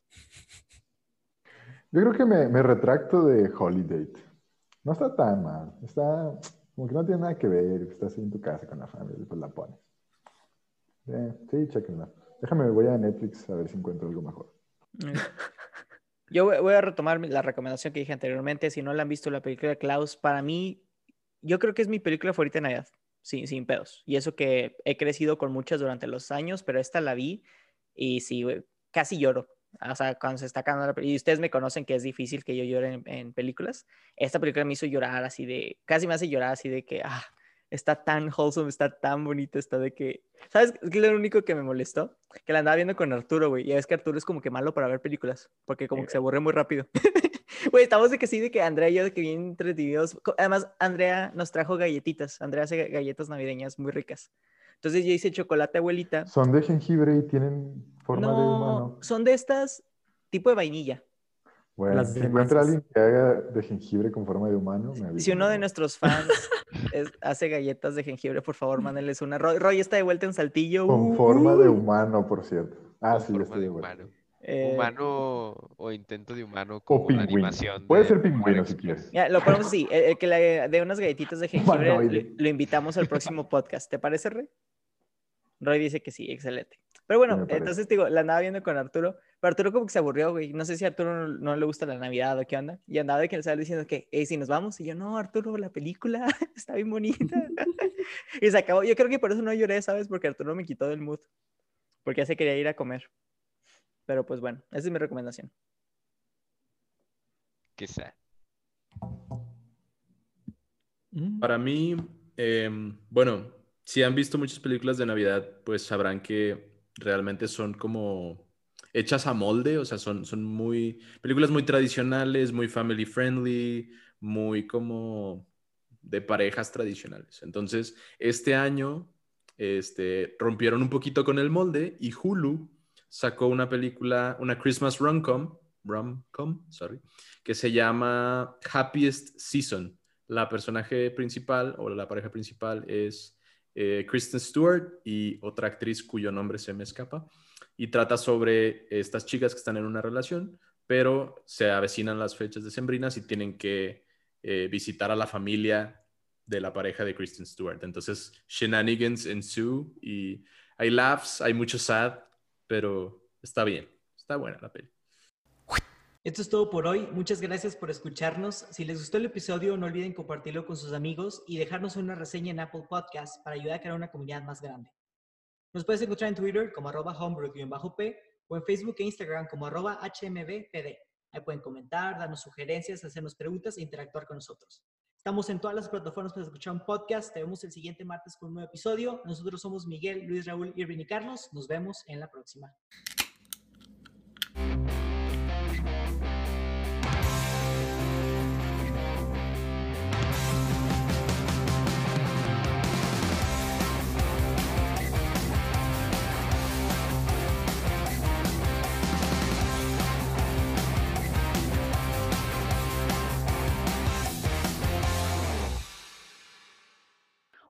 Yo creo que me, me retracto de Holiday. No está tan mal. Está como que no tiene nada que ver. Estás ahí en tu casa con la familia y pues la pones. Eh, sí, chequenla. Déjame, voy a Netflix a ver si encuentro algo mejor. Mm. Yo voy voy a retomar mi- la recomendación que dije anteriormente. Si no la han visto, la película de Klaus, para mí, yo creo que es mi película favorita de Navidad, sin, sin pedos. Y eso que he crecido con muchas durante los años, pero esta la vi y sí, güey, casi lloro. O sea, cuando se está acabando la película. Y ustedes me conocen que es difícil que yo llore en, en películas. Esta película me hizo llorar así de, casi me hace llorar así de que, ah, está tan wholesome, está tan bonita, está de que... ¿Sabes qué es lo único que me molestó? Que la andaba viendo con Arturo, güey. Y es que Arturo es como que malo para ver películas, porque como que se aburre muy rápido. Güey, estamos de que sí, de que Andrea y yo, de que bien entretenidos. Co- Además, Andrea nos trajo galletitas. Andrea hace ga- galletas navideñas muy ricas. Entonces yo hice chocolate abuelita. Son de jengibre y tienen forma de No, humano. son de estas tipo de vainilla. Bueno, Las si de encuentra masas. alguien que haga de jengibre con forma de humano, me Si avisa. uno de ¿no? nuestros fans es- hace galletas de jengibre, por favor, mándenles una. Roy, Roy está de vuelta en Saltillo. Con uh, forma de uh. humano, por cierto. Ah, Con sí, ya forma estoy de de vuelta. humano. Eh, Humano o intento de humano O como la pingüino. animación Puede de ser Polar pingüino si Express. quieres. mira, lo ponemos así, el, el que le dé unas galletitas de jengibre, lo, Humanoide. lo invitamos al próximo podcast. ¿Te parece, Roy? Roy dice que sí, excelente. Pero Sí, bueno, me parece. entonces digo, la andaba viendo con Arturo, pero Arturo como que se aburrió, güey. No sé si a Arturo no, no le gusta la Navidad o qué onda. Y andaba de que le estaba diciendo que, hey, si nos vamos. Y yo, no, Arturo, la película está bien bonita. Y se acabó. Yo creo que por eso no lloré, ¿sabes? Porque Arturo me quitó del mood. Porque ya se quería ir a comer. Pero pues bueno, esa es mi recomendación. Qué sad. Mm. Para mí, em, bueno, si han visto muchas películas de Navidad, pues sabrán que realmente son como hechas a molde, o sea, son, son muy, películas muy tradicionales, muy family friendly, muy como de parejas tradicionales. Entonces, este año, este, rompieron un poquito con el molde y Hulu sacó una película, una Christmas rom-com, rom-com, sorry, que se llama Happiest Season. La personaje principal o la pareja principal es eh, Kristen Stewart y otra actriz cuyo nombre se me escapa. Y trata sobre estas chicas que están en una relación, pero se avecinan las fechas decembrinas y tienen que eh, visitar a la familia de la pareja de Kristen Stewart. Entonces, shenanigans ensue y hay laughs, hay mucho sad, pero está bien, está buena la peli. Esto es todo por hoy. Muchas gracias por escucharnos. Si les gustó el episodio, no olviden compartirlo con sus amigos y dejarnos una reseña en Apple Podcasts para ayudar a crear una comunidad más grande. Nos puedes encontrar en Twitter como arroba homebrew-p o en Facebook e Instagram como arroba hmbpd. Ahí pueden comentar, darnos sugerencias, hacernos preguntas e interactuar con nosotros. Estamos en todas las plataformas para escuchar un podcast. Te vemos el siguiente martes con un nuevo episodio. Nosotros somos Miguel, Luis, Raúl, Irvin y Carlos. Nos vemos en la próxima.